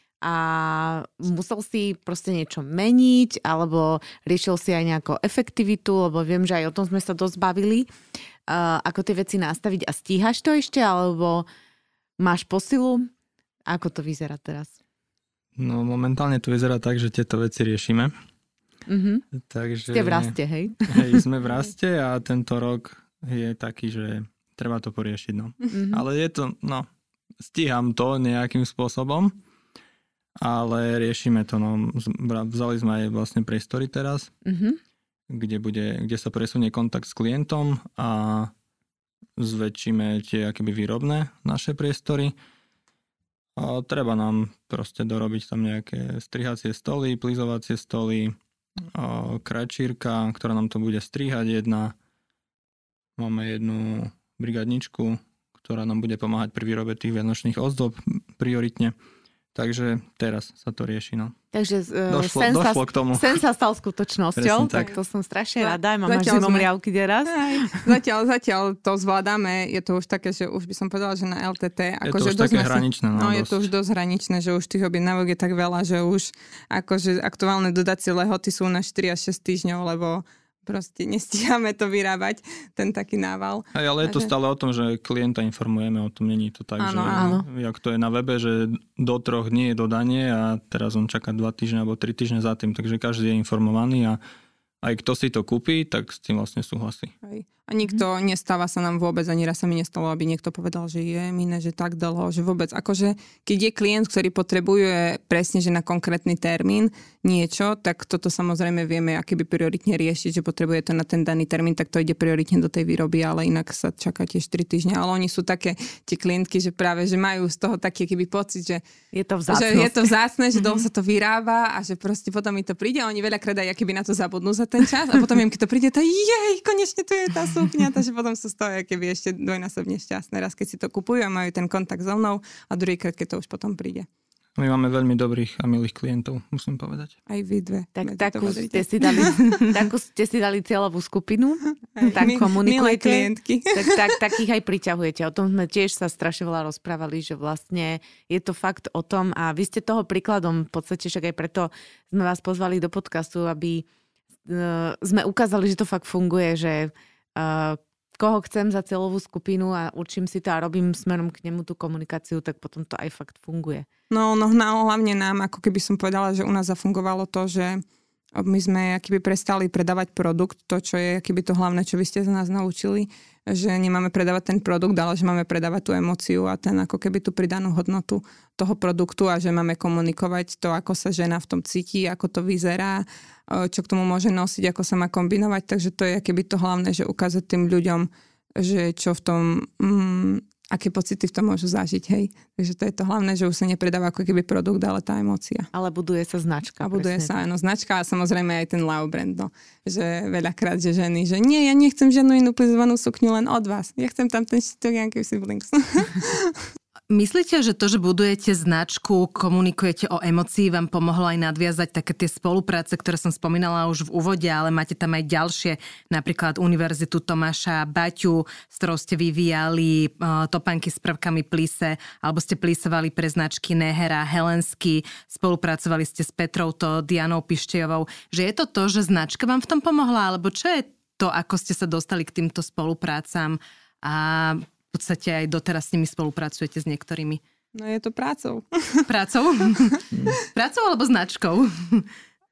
A musel si proste niečo meniť, alebo riešil si aj nejakú efektivitu, lebo viem, že aj o tom sme sa dosť bavili, ako tie veci nastaviť a stíhaš to ešte, alebo máš posilu? Ako to vyzerá teraz? No momentálne to vyzerá tak, že tieto veci riešime. Mm-hmm. Takže ste v raste, hej? Hej, sme v raste a tento rok je taký, že treba to poriešiť, no. Mm-hmm. Ale je to, no, stíham to nejakým spôsobom, ale riešime to, no. Vzali sme aj vlastne priestory teraz, kde sa presunie kontakt s klientom a zväčšíme tie akoby výrobné naše priestory. A treba nám proste dorobiť tam nejaké strihacie stoly, plizovacie stoly, kračírka, ktorá nám to bude strihať jedna. Máme jednu brigadničku, ktorá nám bude pomáhať pri výrobe tých vianočných ozdob prioritne. Takže teraz sa to rieši, no. Takže došlo k tomu. Sen sa stal skutočnosťou, tak to som strašne rada. Mám až zimomriavky teraz. Zatiaľ to zvládame. Je to už také, že už by som povedala, že na LTT. Je to už také hraničné. No, je to už dosť hraničné, že už tých objednávok je tak veľa, že už akože aktuálne dodacie lehoty sú na 4 až 6 týždňov, lebo proste nestíhame to vyrábať, ten taký nával. Hej, ale je to stále o tom, že klienta informujeme o tom, není to tak, áno, že áno. Jak to je na webe, že do 3 dní je dodanie a teraz on čaká 2 týždne alebo 3 týždne za tým, takže každý je informovaný a aj kto si to kúpi, tak s tým vlastne súhlasí. Hej. A nikto nestáva sa nám vôbec, ani raz sa mi nestalo, aby niekto povedal, že je mine, že tak dlho, že vôbec. Akože, keď je klient, ktorý potrebuje presne, že na konkrétny termín niečo, tak toto samozrejme vieme, aké by prioritne riešiť, že potrebuje to na ten daný termín, tak to ide prioritne do tej výroby, ale inak sa čaká tiež 4 týždne. Ale oni sú také, tie klientky, že práve, že majú z toho taký akýby pocit, že je to vzácne, že je to vzácne, že dlho sa to vyrába a že proste potom mi to príde a oni veľakrát aj akýby na to zabudnú za ten čas a potom im, keď to príde, to jej, konečne tu je tá sukňa, takže potom sú z toho keby ešte dvojnásobne šťastné. Raz, keď si to kupujú a majú ten kontakt so mnou a druhýkrát, keď to už potom príde. My máme veľmi dobrých a milých klientov, musím povedať. Aj vy dve. Takú ste si dali cieľovú skupinu, tak komunikujete. Milé klientky. Tak takých aj priťahujete. O tom sme tiež sa strašne veľa rozprávali, že vlastne je to fakt o tom a vy ste toho príkladom v podstate, však aj preto sme vás pozvali do podcastu, aby sme ukázali, že to fakt funguje, že koho chcem za cieľovú skupinu a učím si to a robím smerom k nemu tú komunikáciu, tak potom to aj fakt funguje. No hlavne nám, ako keby som povedala, že u nás zafungovalo to, že my sme akýby prestali predávať produkt, to, čo je akýby to hlavné, čo vy ste z nás naučili, že nemáme predávať ten produkt, ale že máme predávať tú emóciu a ten ako keby tú pridanú hodnotu toho produktu a že máme komunikovať to, ako sa žena v tom cíti, ako to vyzerá, čo k tomu môže nosiť, ako sa má kombinovať. Takže to je keby to hlavné, že ukázať tým ľuďom, že čo v tom, aké pocity v tom môžu zažiť, hej. Takže to je to hlavné, že už sa nepredáva ako keby produkt, ale tá emócia. Ale buduje sa značka. A buduje sa, áno, značka a samozrejme aj ten love brand, no. Že veľakrát, že ženy, že nie, ja nechcem žiadnu inú plizovanú sukňu len od vás. Ja chcem tam ten štítok Janky Siblings. Myslíte, že to, že budujete značku, komunikujete o emócii, vám pomohlo aj nadviazať také tie spolupráce, ktoré som spomínala už v úvode, ale máte tam aj ďalšie, napríklad Univerzitu Tomáša Baťu, s ktorou ste vyvíjali topánky s prvkami Please, alebo ste plísovali pre značky Nehera, Helensky, spolupracovali ste s Petrouto, Dianou Pištejovou. Že je to to, že značka vám v tom pomohla, alebo čo je to, ako ste sa dostali k týmto spoluprácam a v podstate aj doteraz s nimi spolupracujete s niektorými? No je to prácou. Prácou? Prácou alebo značkou?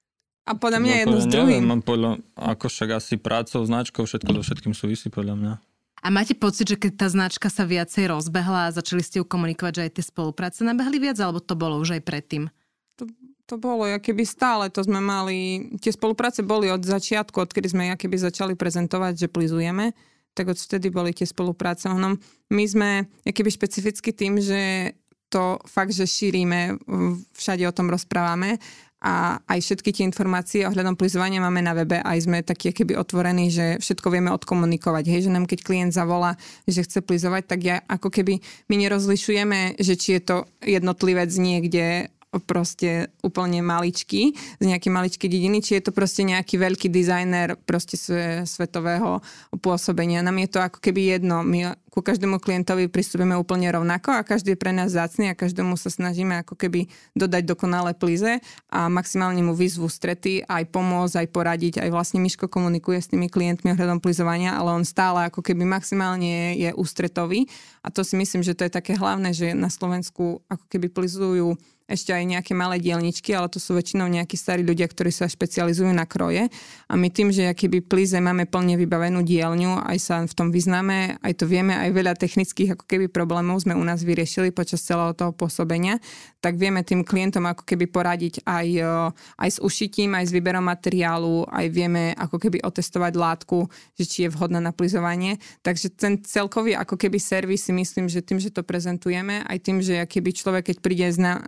A podľa mňa jedno s druhým. Ako však asi prácou, značkou, všetko so všetkým súvisí podľa mňa. A máte pocit, že keď tá značka sa viacej rozbehla a začali ste ju komunikovať, že aj tie spolupráce nabehli viac, alebo to bolo už aj predtým? To bolo, keby stále to sme mali, tie spolupráce boli od začiatku, odkedy sme keby začali prezentovať, že plizujeme, tak odvtedy boli tie spolupráce. My sme keby špecificky tým, že to fakt, že šírime, všade o tom rozprávame a aj všetky tie informácie ohľadom plizovania máme na webe, aj sme takí keby otvorení, že všetko vieme odkomunikovať. Hej, že nám keď klient zavolá, že chce plizovať, tak ako keby my nerozlišujeme, že či je to jednotlivec niekde proste úplne maličký, z nejaké maličké dediny, či je to proste nejaký veľký dizajner proste svetového pôsobenia. Nám je to ako keby jedno. My ku každému klientovi pristúpime úplne rovnako a každý je pre nás vzácny a každému sa snažíme ako keby dodať dokonalé plize a maximálne mu výzvu strety, aj pomôcť, aj poradiť. Aj vlastne Miško komunikuje s tými klientmi ohľadom plizovania, ale on stále ako keby maximálne je ústretový a to si myslím, že to je také hlavné, že na Slovensku ako keby plizujú ešte aj nejaké malé dielničky, ale to sú väčšinou nejakí starí ľudia, ktorí sa špecializujú na kroje. A my tým, že akýby plize máme plne vybavenú dielňu, aj sa v tom vyznáme, aj to vieme, aj veľa technických ako keby problémov sme u nás vyriešili počas celého toho pôsobenia, tak vieme tým klientom ako keby poradiť aj s ušitím, aj s výberom materiálu, aj vieme ako keby otestovať látku, že či je vhodná na plizovanie. Takže ten celkový ako keby servis si myslím, že tým, že to prezentujeme, aj tým, že akýby človek, keď príde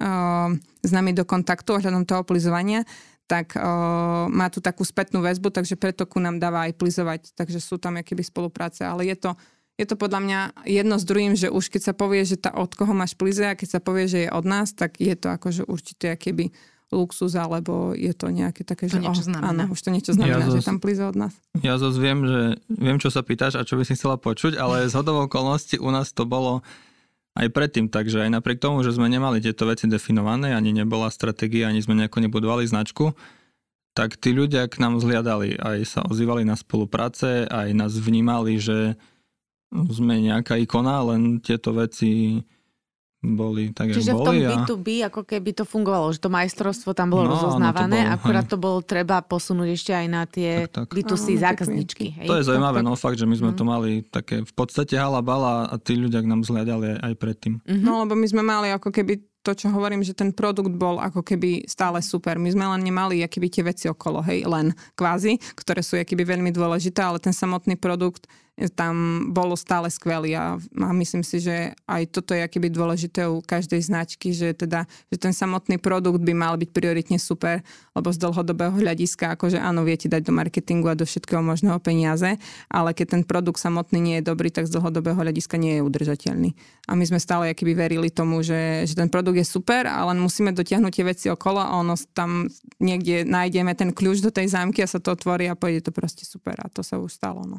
s nami do kontaktu ohľadom toho plizovania, tak má tu takú spätnú väzbu, takže preto ku nám dáva aj plizovať. Takže sú tam akýby spolupráce, ale je to podľa mňa jedno s druhým, že už keď sa povie, že od koho máš plize a keď sa povie, že je od nás, tak je to akože určite akýby luxus, alebo je to nejaké také, že áno, už to niečo znamená, že tam plize od nás. Ja zase viem, čo sa pýtaš a čo by si chcela počuť, ale z hodou okolností u nás to bolo aj predtým, takže aj napriek tomu, že sme nemali tieto veci definované, ani nebola stratégia, ani sme nejako nebudovali značku, tak tí ľudia k nám zliadali, aj sa ozývali na spolupráce, aj nás vnímali, že sme nejaká ikona, len tieto veci boli tak, čiže jak boli. Čiže v tom B2B ako keby to fungovalo, že to majstrovstvo tam bolo rozoznávané, akurát to bolo treba posunúť ešte aj na tie B2C zákazničky. Hej? To je zaujímavé, fakt, že my sme to mali také v podstate halabala a tí ľudia k nám zliadali aj predtým. No, lebo my sme mali ako keby to, čo hovorím, že ten produkt bol ako keby stále super. My sme len nemali akýby tie veci okolo, hej, len kvázi, ktoré sú akýby veľmi dôležité, ale ten samotný produkt tam bolo stále skvelý a myslím si, že aj toto je akýby dôležité u každej značky, že ten samotný produkt by mal byť prioritne super, lebo z dlhodobého hľadiska, akože áno, viete dať do marketingu a do všetkého možného peniaze, ale keď ten produkt samotný nie je dobrý, tak z dlhodobého hľadiska nie je udržateľný. A my sme stále akýby verili tomu, že ten produkt je super, ale musíme dotiahnuť tie veci okolo a ono tam niekde nájdeme ten kľúč do tej zámky a sa to otvorí a pôjde to proste super a to sa už stalo, no.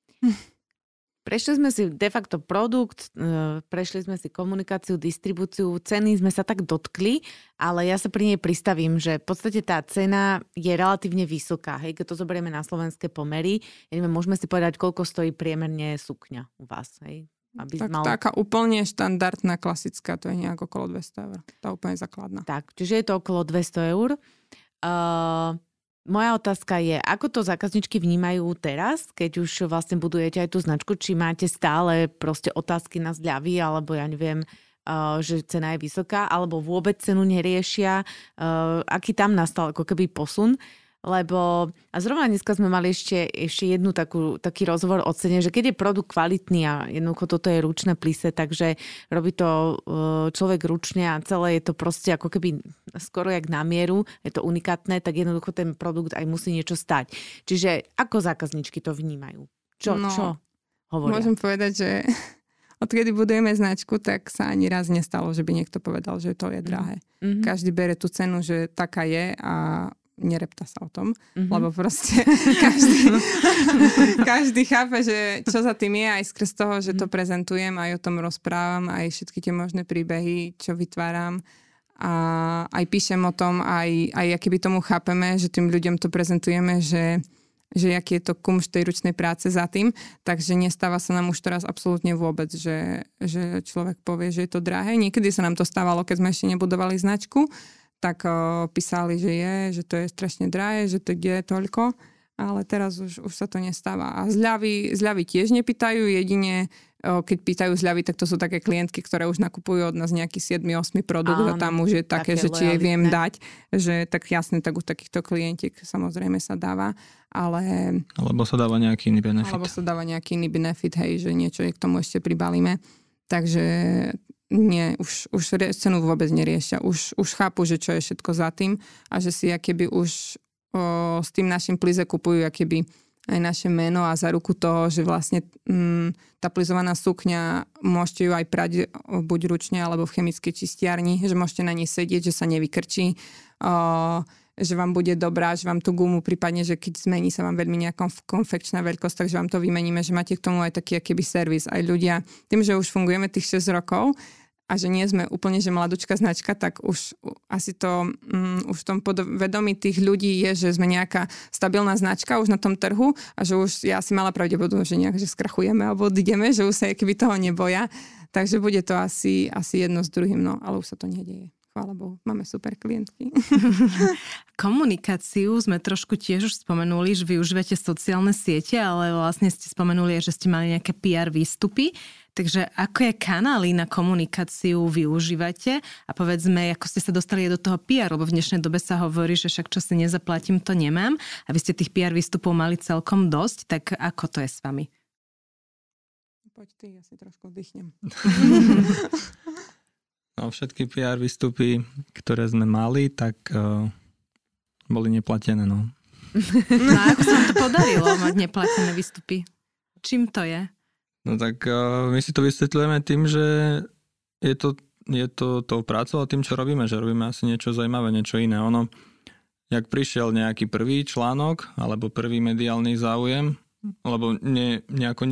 Prešli sme si de facto produkt, prešli sme si komunikáciu, distribúciu, ceny sme sa tak dotkli, ale ja sa pri nej pristavím, že v podstate tá cena je relatívne vysoká. Hej, keď to zoberieme na slovenské pomery, ja neviem, môžeme si povedať, koľko stojí priemerne sukňa u vás, hej? Tak taká úplne štandardná, klasická, to je nejak okolo 200 eur. Tá úplne základná. Tak, čiže je to okolo 200 eur. Moja otázka je, ako to zákazničky vnímajú teraz, keď už vlastne budujete aj tú značku, či máte stále proste otázky na zľavy, alebo ja neviem, že cena je vysoká, alebo vôbec cenu neriešia, aký tam nastal ako keby posun. Lebo, a zrovna dneska sme mali ešte jednu taký rozhovor o cene, že keď je produkt kvalitný a jednoducho toto je ručné plise, takže robí to človek ručne a celé je to proste ako keby skoro jak na mieru, je to unikátne, tak jednoducho ten produkt aj musí niečo stať. Čiže ako zákazničky to vnímajú? Čo hovoria? Môžem povedať, že odkedy budujeme značku, tak sa ani raz nestalo, že by niekto povedal, že to je drahé. Mm-hmm. Každý bere tú cenu, že taká je a nerepta sa o tom, lebo proste každý chápe, že čo za tým je, aj skrz toho, že to prezentujem, aj o tom rozprávam, aj všetky tie možné príbehy, čo vytváram a aj píšem o tom, aj aký by tomu chápeme, že tým ľuďom to prezentujeme, že aký je to kumš tej ručnej práce za tým, takže nestáva sa nám už teraz absolútne vôbec, že človek povie, že je to drahé. Niekedy sa nám to stávalo, keď sme ešte nebudovali značku, tak písali, že to je strašne drahé, že to je toľko, ale teraz už sa to nestáva. A zľavy tiež nepýtajú, jedine keď pýtajú zľavy, tak to sú také klientky, ktoré už nakupujú od nás nejaký 7-8 produkt a tam už je také že či jej viem dať, že tak jasne, tak u takýchto klientiek samozrejme sa dáva, ale... Alebo sa dáva nejaký iný benefit. Hej, že niečo je k tomu ešte pribalíme. Takže nie, už cenu vôbec neriešia. Už chápu, že čo je všetko za tým a že si akéby už s tým našim plize kupujú akéby aj naše meno a za ruku toho, že vlastne tá plizovaná sukňa môžete ju aj prať buď ručne alebo v chemickej čistiarni, že môžete na nej sedieť, že sa nevykrčí, že vám bude dobrá, že vám tú gumu prípadne, že keď zmení sa vám veľmi nejaká konfekčná veľkosť, takže vám to vymeníme, že máte k tomu aj taký akýby servis. Aj ľudia, tým, že už fungujeme tých 6 rokov, a že nie sme úplne, že mladúčka značka, tak už asi to už v tom podvedomí tých ľudí je, že sme nejaká stabilná značka už na tom trhu a že už ja si mala pravdepodobnosť, že nejak, že skrachujeme alebo odídeme, že už sa keby toho neboja. Takže bude to asi jedno s druhým, no, ale už sa to nedieje. Chvála Bohu, máme super klientky. Komunikáciu sme trošku tiež už spomenuli, že využívate sociálne siete, ale vlastne ste spomenuli, že ste mali nejaké PR výstupy. Takže aké kanály na komunikáciu využívate a povedzme, ako ste sa dostali aj do toho PR, lebo v dnešnej dobe sa hovorí, že však čo si nezaplatím, to nemám. A vy ste tých PR výstupov mali celkom dosť, tak ako to je s vami? Poď ty, ja si trošku oddychnem. No, všetky PR výstupy, ktoré sme mali, tak boli neplatené, no. No a ako sa vám to podarilo mať neplatené výstupy? Čím to je? No tak my si to vysvetľujeme tým, že je to tou prácou a tým, čo robíme, že robíme asi niečo zaujímavé, niečo iné. Ono, jak prišiel nejaký prvý článok alebo prvý mediálny záujem, lebo nejako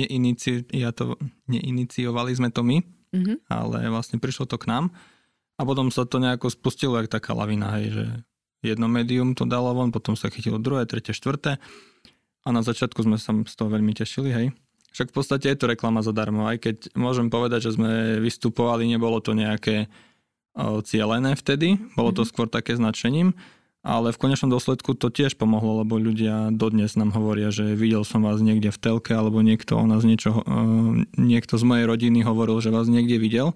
neiniciovali sme to my, ale vlastne prišlo to k nám a potom sa to nejako spustilo jak taká lavina, hej, že jedno médium to dalo von, potom sa chytilo druhé, tretie, štvrté a na začiatku sme sa z toho veľmi tešili, hej. Však v podstate je to reklama zadarmo, aj keď môžem povedať, že sme vystupovali, nebolo to nejaké cielené vtedy, bolo to skôr také značením, ale v konečnom dôsledku to tiež pomohlo, lebo ľudia dodnes nám hovoria, že videl som vás niekde v telke, alebo niekto o nás niekto z mojej rodiny hovoril, že vás niekde videl.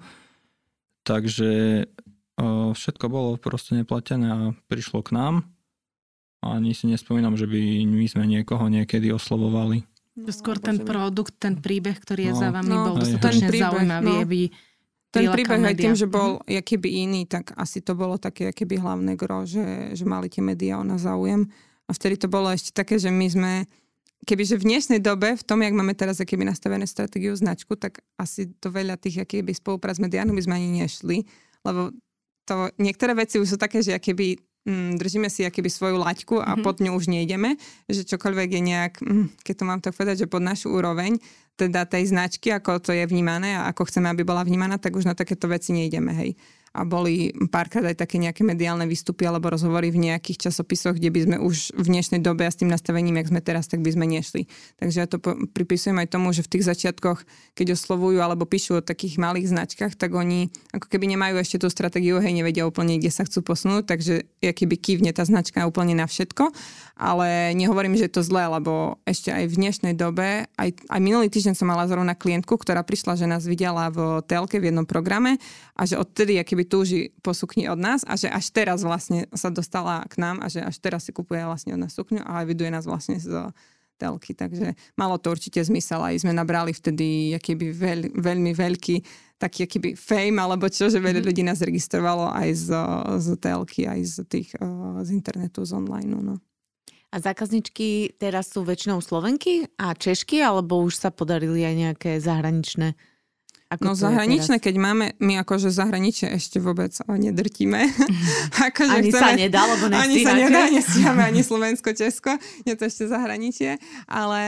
Takže všetko bolo proste neplatené a prišlo k nám. A ani si nespomínam, že by my sme niekoho niekedy oslovovali. No, skôr ten produkt, ten príbeh, ktorý je za vami, bol dostatočne zaujímavý, Ten príbeh aj tým, že bol jakýby iný, tak asi to bolo také jakýby hlavné gro, že mali tie médiá o nás záujem. A vtedy to bolo ešte také, že my sme, kebyže v dnešnej dobe, v tom, jak máme teraz jakýby nastavené stratégiu značku, tak asi to veľa tých jakýby spoluprác mediálnych by sme ani nešli, lebo to niektoré veci už sú také, že jakýby držíme si akýby svoju laťku a pod ňu už nejdeme, že čokoľvek je nejak, keď to mám tak povedať, že pod našu úroveň, teda tej značky, ako to je vnímané a ako chceme, aby bola vnímaná, tak už na takéto veci nejdeme, hej. A boli párkrát aj také nejaké mediálne výstupy alebo rozhovory v nejakých časopisoch, kde by sme už v dnešnej dobe a s tým nastavením, jak sme teraz, tak by sme nešli. Takže ja to pripisujem aj tomu, že v tých začiatkoch, keď oslovujú alebo píšu o takých malých značkách, tak oni ako keby nemajú ešte tú stratégiu, hej, nevedia úplne, kde sa chcú posunúť, takže keby kývne tá značka úplne na všetko. Ale nehovorím, že je to zlé, lebo ešte aj v dnešnej dobe, aj minulý týždeň som mala zrovna klientku, ktorá prišla, že nás videla v telke v jednom programe a že odtedy keby túži po sukni od nás a že až teraz vlastne sa dostala k nám a že až teraz si kupuje vlastne od nás sukňu a viduje nás vlastne z telky. Takže malo to určite zmysel. Aj sme nabrali vtedy akýby veľmi veľký taký akýby fame alebo čo, že veľa ľudí nás registrovalo aj z telky, aj z internetu, z online. No. A zákazničky teraz sú väčšinou Slovenky a Češky, alebo už sa podarili aj nejaké zahraničné? No zahraničné, keď máme, my akože zahraničie ešte vôbec nedrtíme. Akože ani sa nedá, lebo nestíhate. Ani sa nedá, nestíhame ani Slovensko, Česko, je to ešte zahraničie. Ale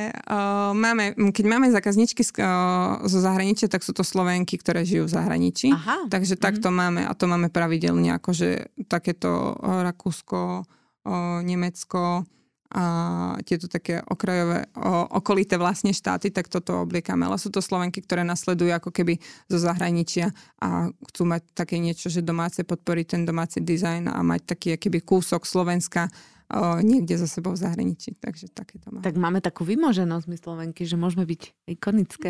keď máme zákazničky zo zahraničia, tak sú to Slovenky, ktoré žijú v zahraničí. Aha. Takže takto máme a to máme pravidelne, akože takéto Rakúsko, Nemecko, a tieto také okrajové okolité vlastne štáty, tak toto obliekame. Ale sú to Slovenky, ktoré nasledujú ako keby zo zahraničia a chcú mať také niečo, že domáce podporiť ten domáci dizajn a mať taký akýby kúsok Slovenska niekde za sebou v zahraničí. Takže takéto máme. Tak máme takú vymoženosť my Slovenky, že môžeme byť ikonické.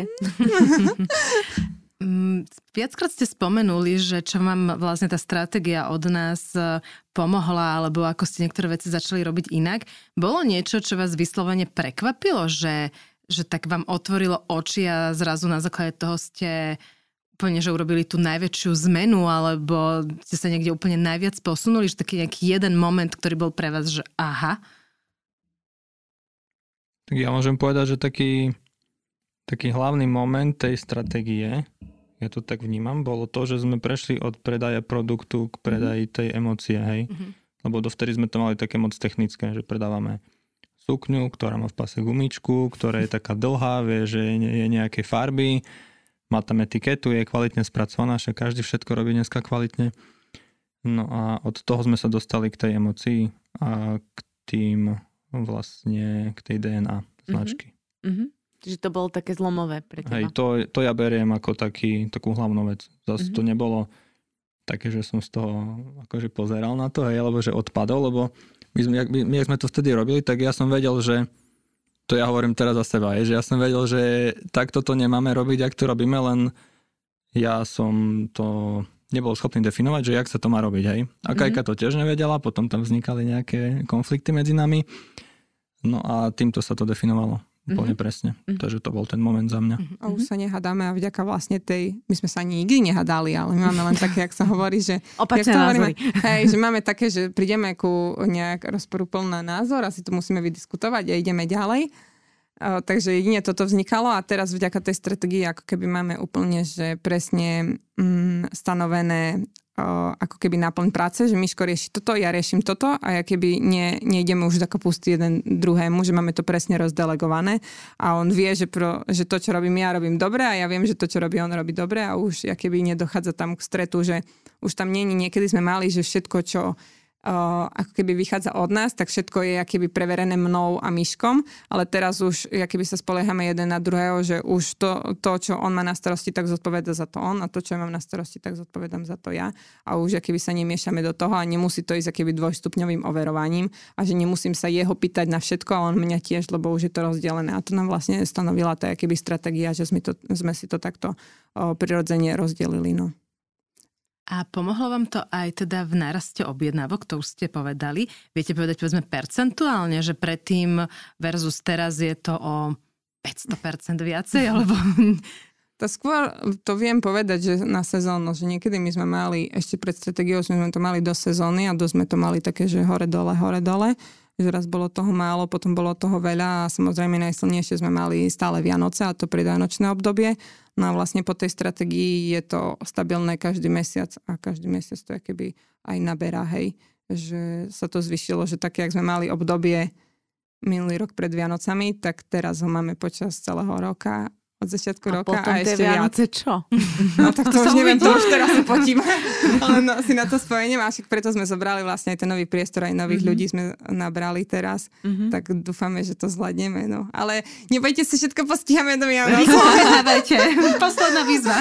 Viackrát ste spomenuli, že čo vám vlastne tá stratégia od nás pomohla, alebo ako ste niektoré veci začali robiť inak. Bolo niečo, čo vás vyslovene prekvapilo, že tak vám otvorilo oči a zrazu na základe toho ste úplne, že urobili tú najväčšiu zmenu, alebo ste sa niekde úplne najviac posunuli, že taký nejaký jeden moment, ktorý bol pre vás, že aha? Tak ja môžem povedať, že taký hlavný moment tej stratégie, ja to tak vnímam, bolo to, že sme prešli od predaja produktu k predaji tej emócie, hej. Lebo dovtedy sme to mali také moc technické, že predávame sukňu, ktorá má v pase gumičku, ktorá je taká dlhá, vie, že je nejaké farby, má tam etiketu, je kvalitne spracovaná, že každý všetko robí dneska kvalitne. No a od toho sme sa dostali k tej emócii a k tým vlastne, k tej DNA značky. Čiže to bolo také zlomové pre teba. Hej, to ja beriem ako takú hlavnú vec. Zase to nebolo také, že som z toho akože pozeral na to, hej, alebo že odpadol, lebo my jak sme to vtedy robili, tak ja som vedel, že to ja hovorím teraz za seba, hej, že ja som vedel, že takto to nemáme robiť, ak to robíme, len ja som to nebol schopný definovať, že jak sa to má robiť, hej. A Kajka to tiež nevedela, potom tam vznikali nejaké konflikty medzi nami, no a týmto sa to definovalo. Úplne presne. Takže to bol ten moment za mňa. A už sa nehadáme a vďaka vlastne my sme sa ani nikdy nehadali, ale my máme len také, jak sa hovorí, že... Opačné názory. Hej, že máme také, že prídeme ku nejak rozporúplný názor a si to musíme vydiskutovať a ideme ďalej. Takže jedine toto vznikalo a teraz vďaka tej stratégii ako keby máme úplne, že presne stanovené ako keby náplň práce, že Miško rieši toto, ja riešim toto a ja keby nejdeme už ako pustí jeden druhému, že máme to presne rozdelegované a on vie, že to, čo robím ja, robím dobre a ja viem, že to, čo robí on, robí dobre a už keby nedochádza tam k stretu, že už tam niekedy sme mali, že všetko, čo ako keby vychádza od nás, tak všetko je keby preverené mnou a Miškom, ale teraz už keby sa spoliehame jeden na druhého, že už to, čo on má na starosti, tak zodpoveda za to on a to, čo ja mám na starosti, tak zodpovedám za to ja a už keby sa nemiešame do toho a nemusí to ísť keby dvojstupňovým overovaním a že nemusím sa jeho pýtať na všetko a on mňa tiež, lebo už je to rozdelené a to nám vlastne stanovila tá keby stratégia, že sme si to takto prirodzene rozdelili, no. A pomohlo vám to aj teda v náraste objednávok, to už ste povedali. Viete povedať, povedzme, percentuálne, že predtým versus teraz je to o 500% viacej, alebo... To skôr to viem povedať, že na sezónu, že niekedy my sme mali, ešte pred stratégiou sme to mali do sezóny a dosť sme to mali také, že hore-dole, že raz bolo toho málo, potom bolo toho veľa a samozrejme najsilnejšie sme mali stále Vianoce a to predvianočné obdobie. No a vlastne po tej stratégii je to stabilné každý mesiac a každý mesiac to keby aj naberá, hej. Že sa to zvyšilo, že také, jak sme mali obdobie minulý rok pred Vianocami, tak teraz ho máme počas celého roka od začiatku roka a ešte Vianoce viac. čo? No tak to už neviem, to už teraz sa potím. Ale no, si na to spomeniem a však preto sme zobrali vlastne aj ten nový priestor, aj nových ľudí sme nabrali teraz. Tak dúfame, že to zvládneme. No. Ale nebojte sa, všetko postíhame do Vianoc. Vyhľadávajte. Posledná výzva.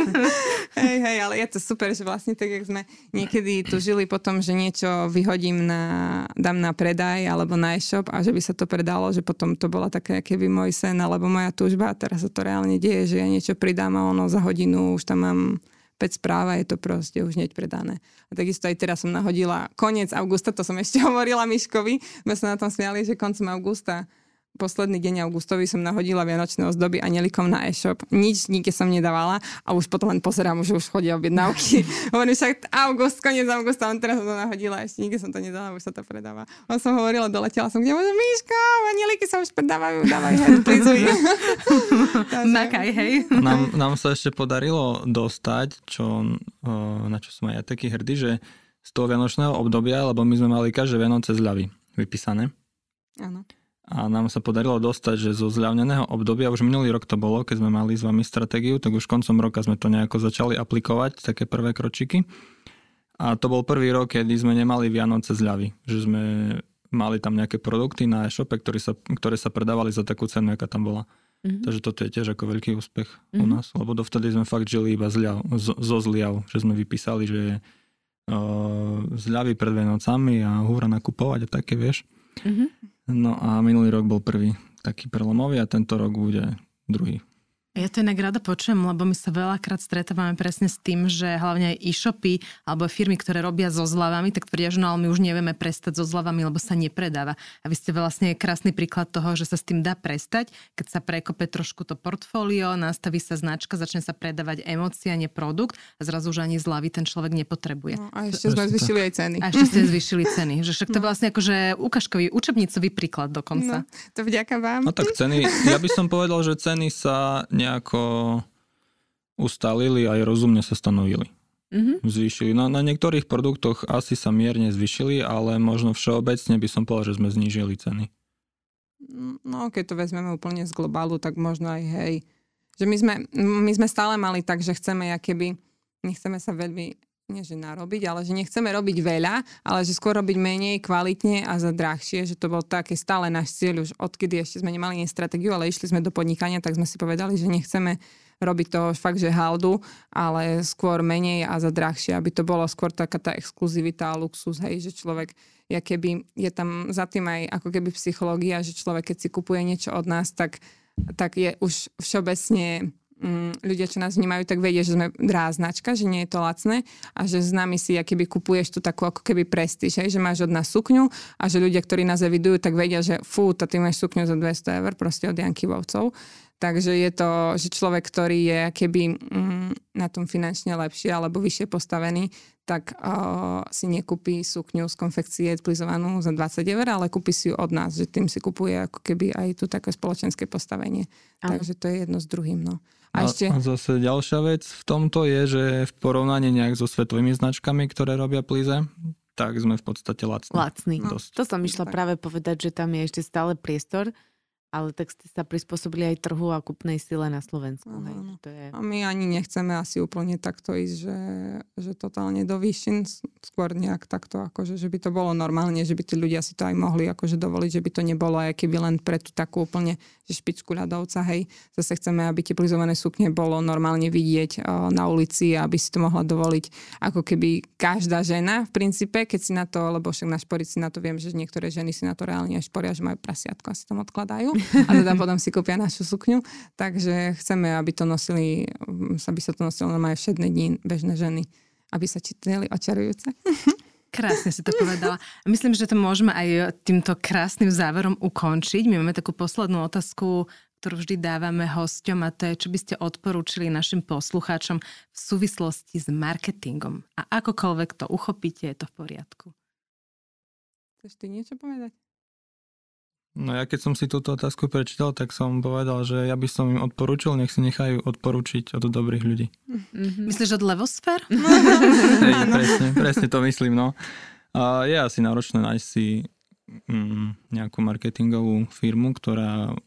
Hej, ale je to super, že vlastne tak, jak sme niekedy tu žili potom, že niečo vyhodím dám na predaj alebo na e-shop a že by sa to predalo, že potom to bola také keby môj sen alebo moja túžba a teraz sa to reálne deje, že ja niečo pridám a ono za hodinu už tam mám 5 správ a je to proste už hneď predané. A takisto aj teraz som nahodila koniec augusta, to som ešte hovorila Miškovi, sme sa na tom smiali, že koncom augusta posledný deň augustovi som nahodila vianočné ozdoby Anielikom na e-shop. Nič nikde som nedávala a už potom len pozerám, že už chodia objednávky. Hovorím však koniec augusta, on teraz som to nahodila, ešte nikde som to nedala, už sa to predáva. On som hovorila, doletela som, kde môžem, Miška, Anieliky sa už predávajú, dávaj, hej, plizuj. Makaj, hej. Nám sa ešte podarilo dostať, na čo som aj ja taký hrdý, že z toho vianočného obdobia, lebo my sme mali každé Vianoce zľavy vypísané. Áno. A nám sa podarilo dostať, že zo zľavneného obdobia, už minulý rok to bolo, keď sme mali s vami stratégiu, tak už koncom roka sme to nejako začali aplikovať, také prvé kročiky. A to bol prvý rok, kedy sme nemali Vianoce zľavy. Že sme mali tam nejaké produkty na e-shope, ktoré sa predávali za takú cenu, aká tam bola. Takže toto je tiež ako veľký úspech u nás, lebo dovtedy sme fakt žili iba zo zliav, že sme vypísali, že zľavy pred Vianocami a húra nakupovať a také, vieš. No a minulý rok bol prvý taký prelomový a tento rok bude druhý. Ja to inak rada počujem, lebo my sa veľakrát stretávame presne s tým, že hlavne aj e-shopy alebo firmy, ktoré robia so zľavami, tak tvrdia, že no ale my už nevieme prestať so zľavami, lebo sa nepredáva. A vy ste vlastne krásny príklad toho, že sa s tým dá prestať, keď sa prekope trošku to portfólio, nastaví sa značka, začne sa predávať emócia, nie produkt a zrazu už ani zľavy ten človek nepotrebuje. No, a ešte sme zvýšili aj ceny. A ešte ste zvýšili ceny. Že však to je vlastne akože ukážkový, učebnicový príklad dokonca. No, to vďaka vám. No tak ceny, ja by som povedal, že ceny sa nejako ustalili aj rozumne sa stanovili. Zvýšili. Na niektorých produktoch asi sa mierne zvýšili, ale možno všeobecne by som povedal, že sme znížili ceny. No, keď to vezmeme úplne z globálu, tak možno aj hej. Že my sme stále mali tak, že chceme nechceme sa veľmi, nie že narobiť, ale že nechceme robiť veľa, ale že skôr robiť menej, kvalitne a za drahšie, že to bol také stále náš cieľ už odkedy ešte sme nemali stratégiu, ale išli sme do podnikania, tak sme si povedali, že nechceme robiť to fakt, že haldu, ale skôr menej a za drahšie, aby to bolo skôr taká tá exkluzivita a luxus, hej, že človek, keby je tam za tým aj ako keby psychológia, že človek, keď si kupuje niečo od nás, tak je už všeobecne ľudia, čo nás vnímajú, tak vedia, že sme drahá značka, že nie je to lacné a že s nami si keby kupuješ tu takú ako keby prestíž, že máš od nás sukňu a že ľudia, ktorí nás evidujú, tak vedia, že ty máš sukňu za 200 eur proste od Janky Vovcov. Takže je to, že človek, ktorý je keby na tom finančne lepšie alebo vyššie postavený, tak si nekúpi sukňu z konfekcie plizovanú za 20 eur, ale kúpi si ju od nás, že tým si kupuje ako keby aj tu také spoločenské postavenie. Takže to je jedno s druhým. No. A zase ďalšia vec v tomto je, že v porovnaní nejak so svetovými značkami, ktoré robia plize, tak sme v podstate lacní. No, to som išla práve povedať, že tam je ešte stále priestor, ale tak ste sa prispôsobili aj trhu a kúpnej sile na Slovensku. Hej, to je... A my ani nechceme asi úplne takto ísť, že totálne do výšin, skôr nejak takto, akože, že by to bolo normálne, že by tí ľudia si to aj mohli akože dovoliť, že by to nebolo aj keby len pre tú takú úplne že špičku ľadovca, hej. Zase chceme, aby tie plizované sukne bolo normálne vidieť na ulici a aby si to mohla dovoliť ako keby každá žena v princípe, keď si na to, lebo však na šporiť si na to viem, že niektoré ženy si na to reálne aj šporia, že majú prasiatko a si tam odkladajú. A teda potom si kúpia našu sukňu. Takže chceme, aby sa to nosilo normálne všedné dni bežné ženy, aby sa čítali očarujúce. Krásne si to povedala. Myslím, že to môžeme aj týmto krásnym záverom ukončiť. My máme takú poslednú otázku, ktorú vždy dávame hosťom a to je, čo by ste odporúčili našim poslucháčom v súvislosti s marketingom. A akokoľvek to uchopíte, je to v poriadku. Chceš ty niečo povedať? No ja keď som si túto otázku prečítal, tak som povedal, že ja by som im odporúčil, nech si nechajú odporučiť od dobrých ľudí. Myslíš od Levosfér? Hej, presne to myslím, no. A je asi náročné nájsť si nejakú marketingovú firmu, ktorá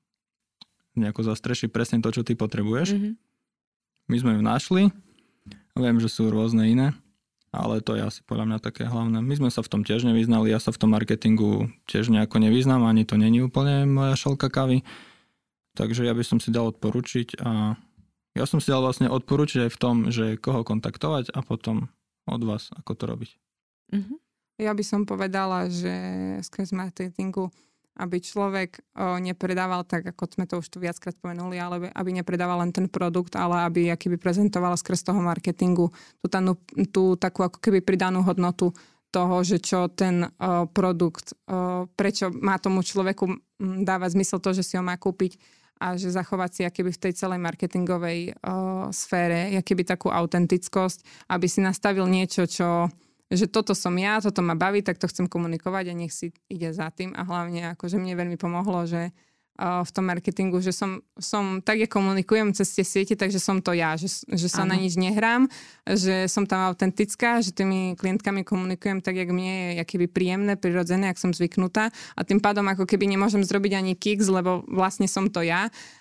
nejako zastreší presne to, čo ty potrebuješ. My sme ju našli, viem, že sú rôzne iné, ale to je asi podľa mňa také hlavné. My sme sa v tom tiež nevyznali, ja sa v tom marketingu tiež nejako nevyznám, ani to není úplne moja šalka kávy. Takže ja by som si dal odporučiť a ja som si dal vlastne odporučiť aj v tom, že koho kontaktovať a potom od vás, ako to robiť. Ja by som povedala, že skrz marketingu, aby človek nepredával tak, ako sme to už tu viackrát spomenuli, ale aby nepredával len ten produkt, ale aby akýby prezentoval skrz toho marketingu tú takú ako keby pridanú hodnotu toho, že čo ten produkt, prečo má tomu človeku dávať zmysel to, že si ho má kúpiť a že zachovať si akýby v tej celej marketingovej sfére akýby takú autentickosť, aby si nastavil niečo, že toto som ja, toto ma baví, tak to chcem komunikovať a nech si ide za tým. A hlavne akože mne veľmi pomohlo, že v tom marketingu, že som tak, ja komunikujem cez tie siete, takže som to ja, že sa na nič nehrám, že som tam autentická, že tými klientkami komunikujem tak, jak mne je akýby príjemné, prirodzené, jak som zvyknutá a tým pádom ako keby nemôžem zrobiť ani kiks, lebo vlastne som to ja.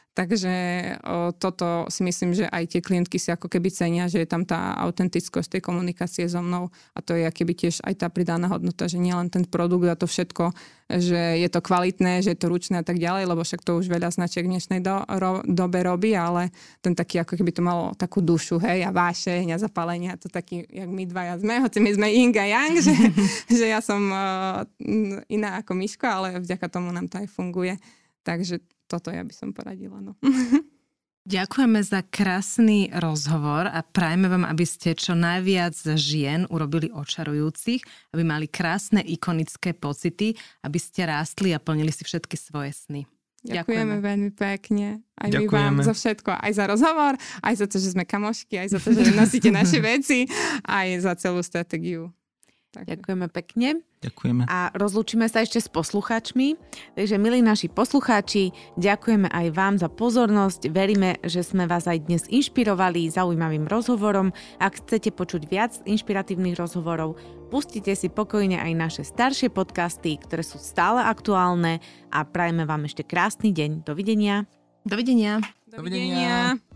Takže toto si myslím, že aj tie klientky si ako keby cenia, že je tam tá autentickosť tej komunikácie so mnou a to je akoby tiež aj tá pridaná hodnota, že nielen ten produkt a to všetko, že je to kvalitné, že je to ručné a tak ďalej, lebo však to už veľa značiek v dnešnej dobe robí, ale ten taký ako keby to malo takú dušu, hej, a vášeň a zapálenie, a to taký, jak my dvaja sme, hoci my sme Yin a Yang, že ja som iná ako Miško, ale vďaka tomu nám to aj funguje. Takže toto ja by som poradila. No. Ďakujeme za krásny rozhovor a prajeme vám, aby ste čo najviac žien urobili očarujúcich, aby mali krásne ikonické pocity, aby ste rástli a plnili si všetky svoje sny. Ďakujeme veľmi pekne. Aj my vám za všetko. Aj za rozhovor, aj za to, že sme kamošky, aj za to, že nosíte naše veci, aj za celú stratégiu. Ďakujeme pekne. Ďakujeme. A rozlúčime sa ešte s poslucháčmi. Takže, milí naši poslucháči, ďakujeme aj vám za pozornosť. Veríme, že sme vás aj dnes inšpirovali zaujímavým rozhovorom. Ak chcete počuť viac inšpiratívnych rozhovorov, pustite si pokojne aj naše staršie podcasty, ktoré sú stále aktuálne a prajeme vám ešte krásny deň. Dovidenia. Dovidenia. Dovidenia.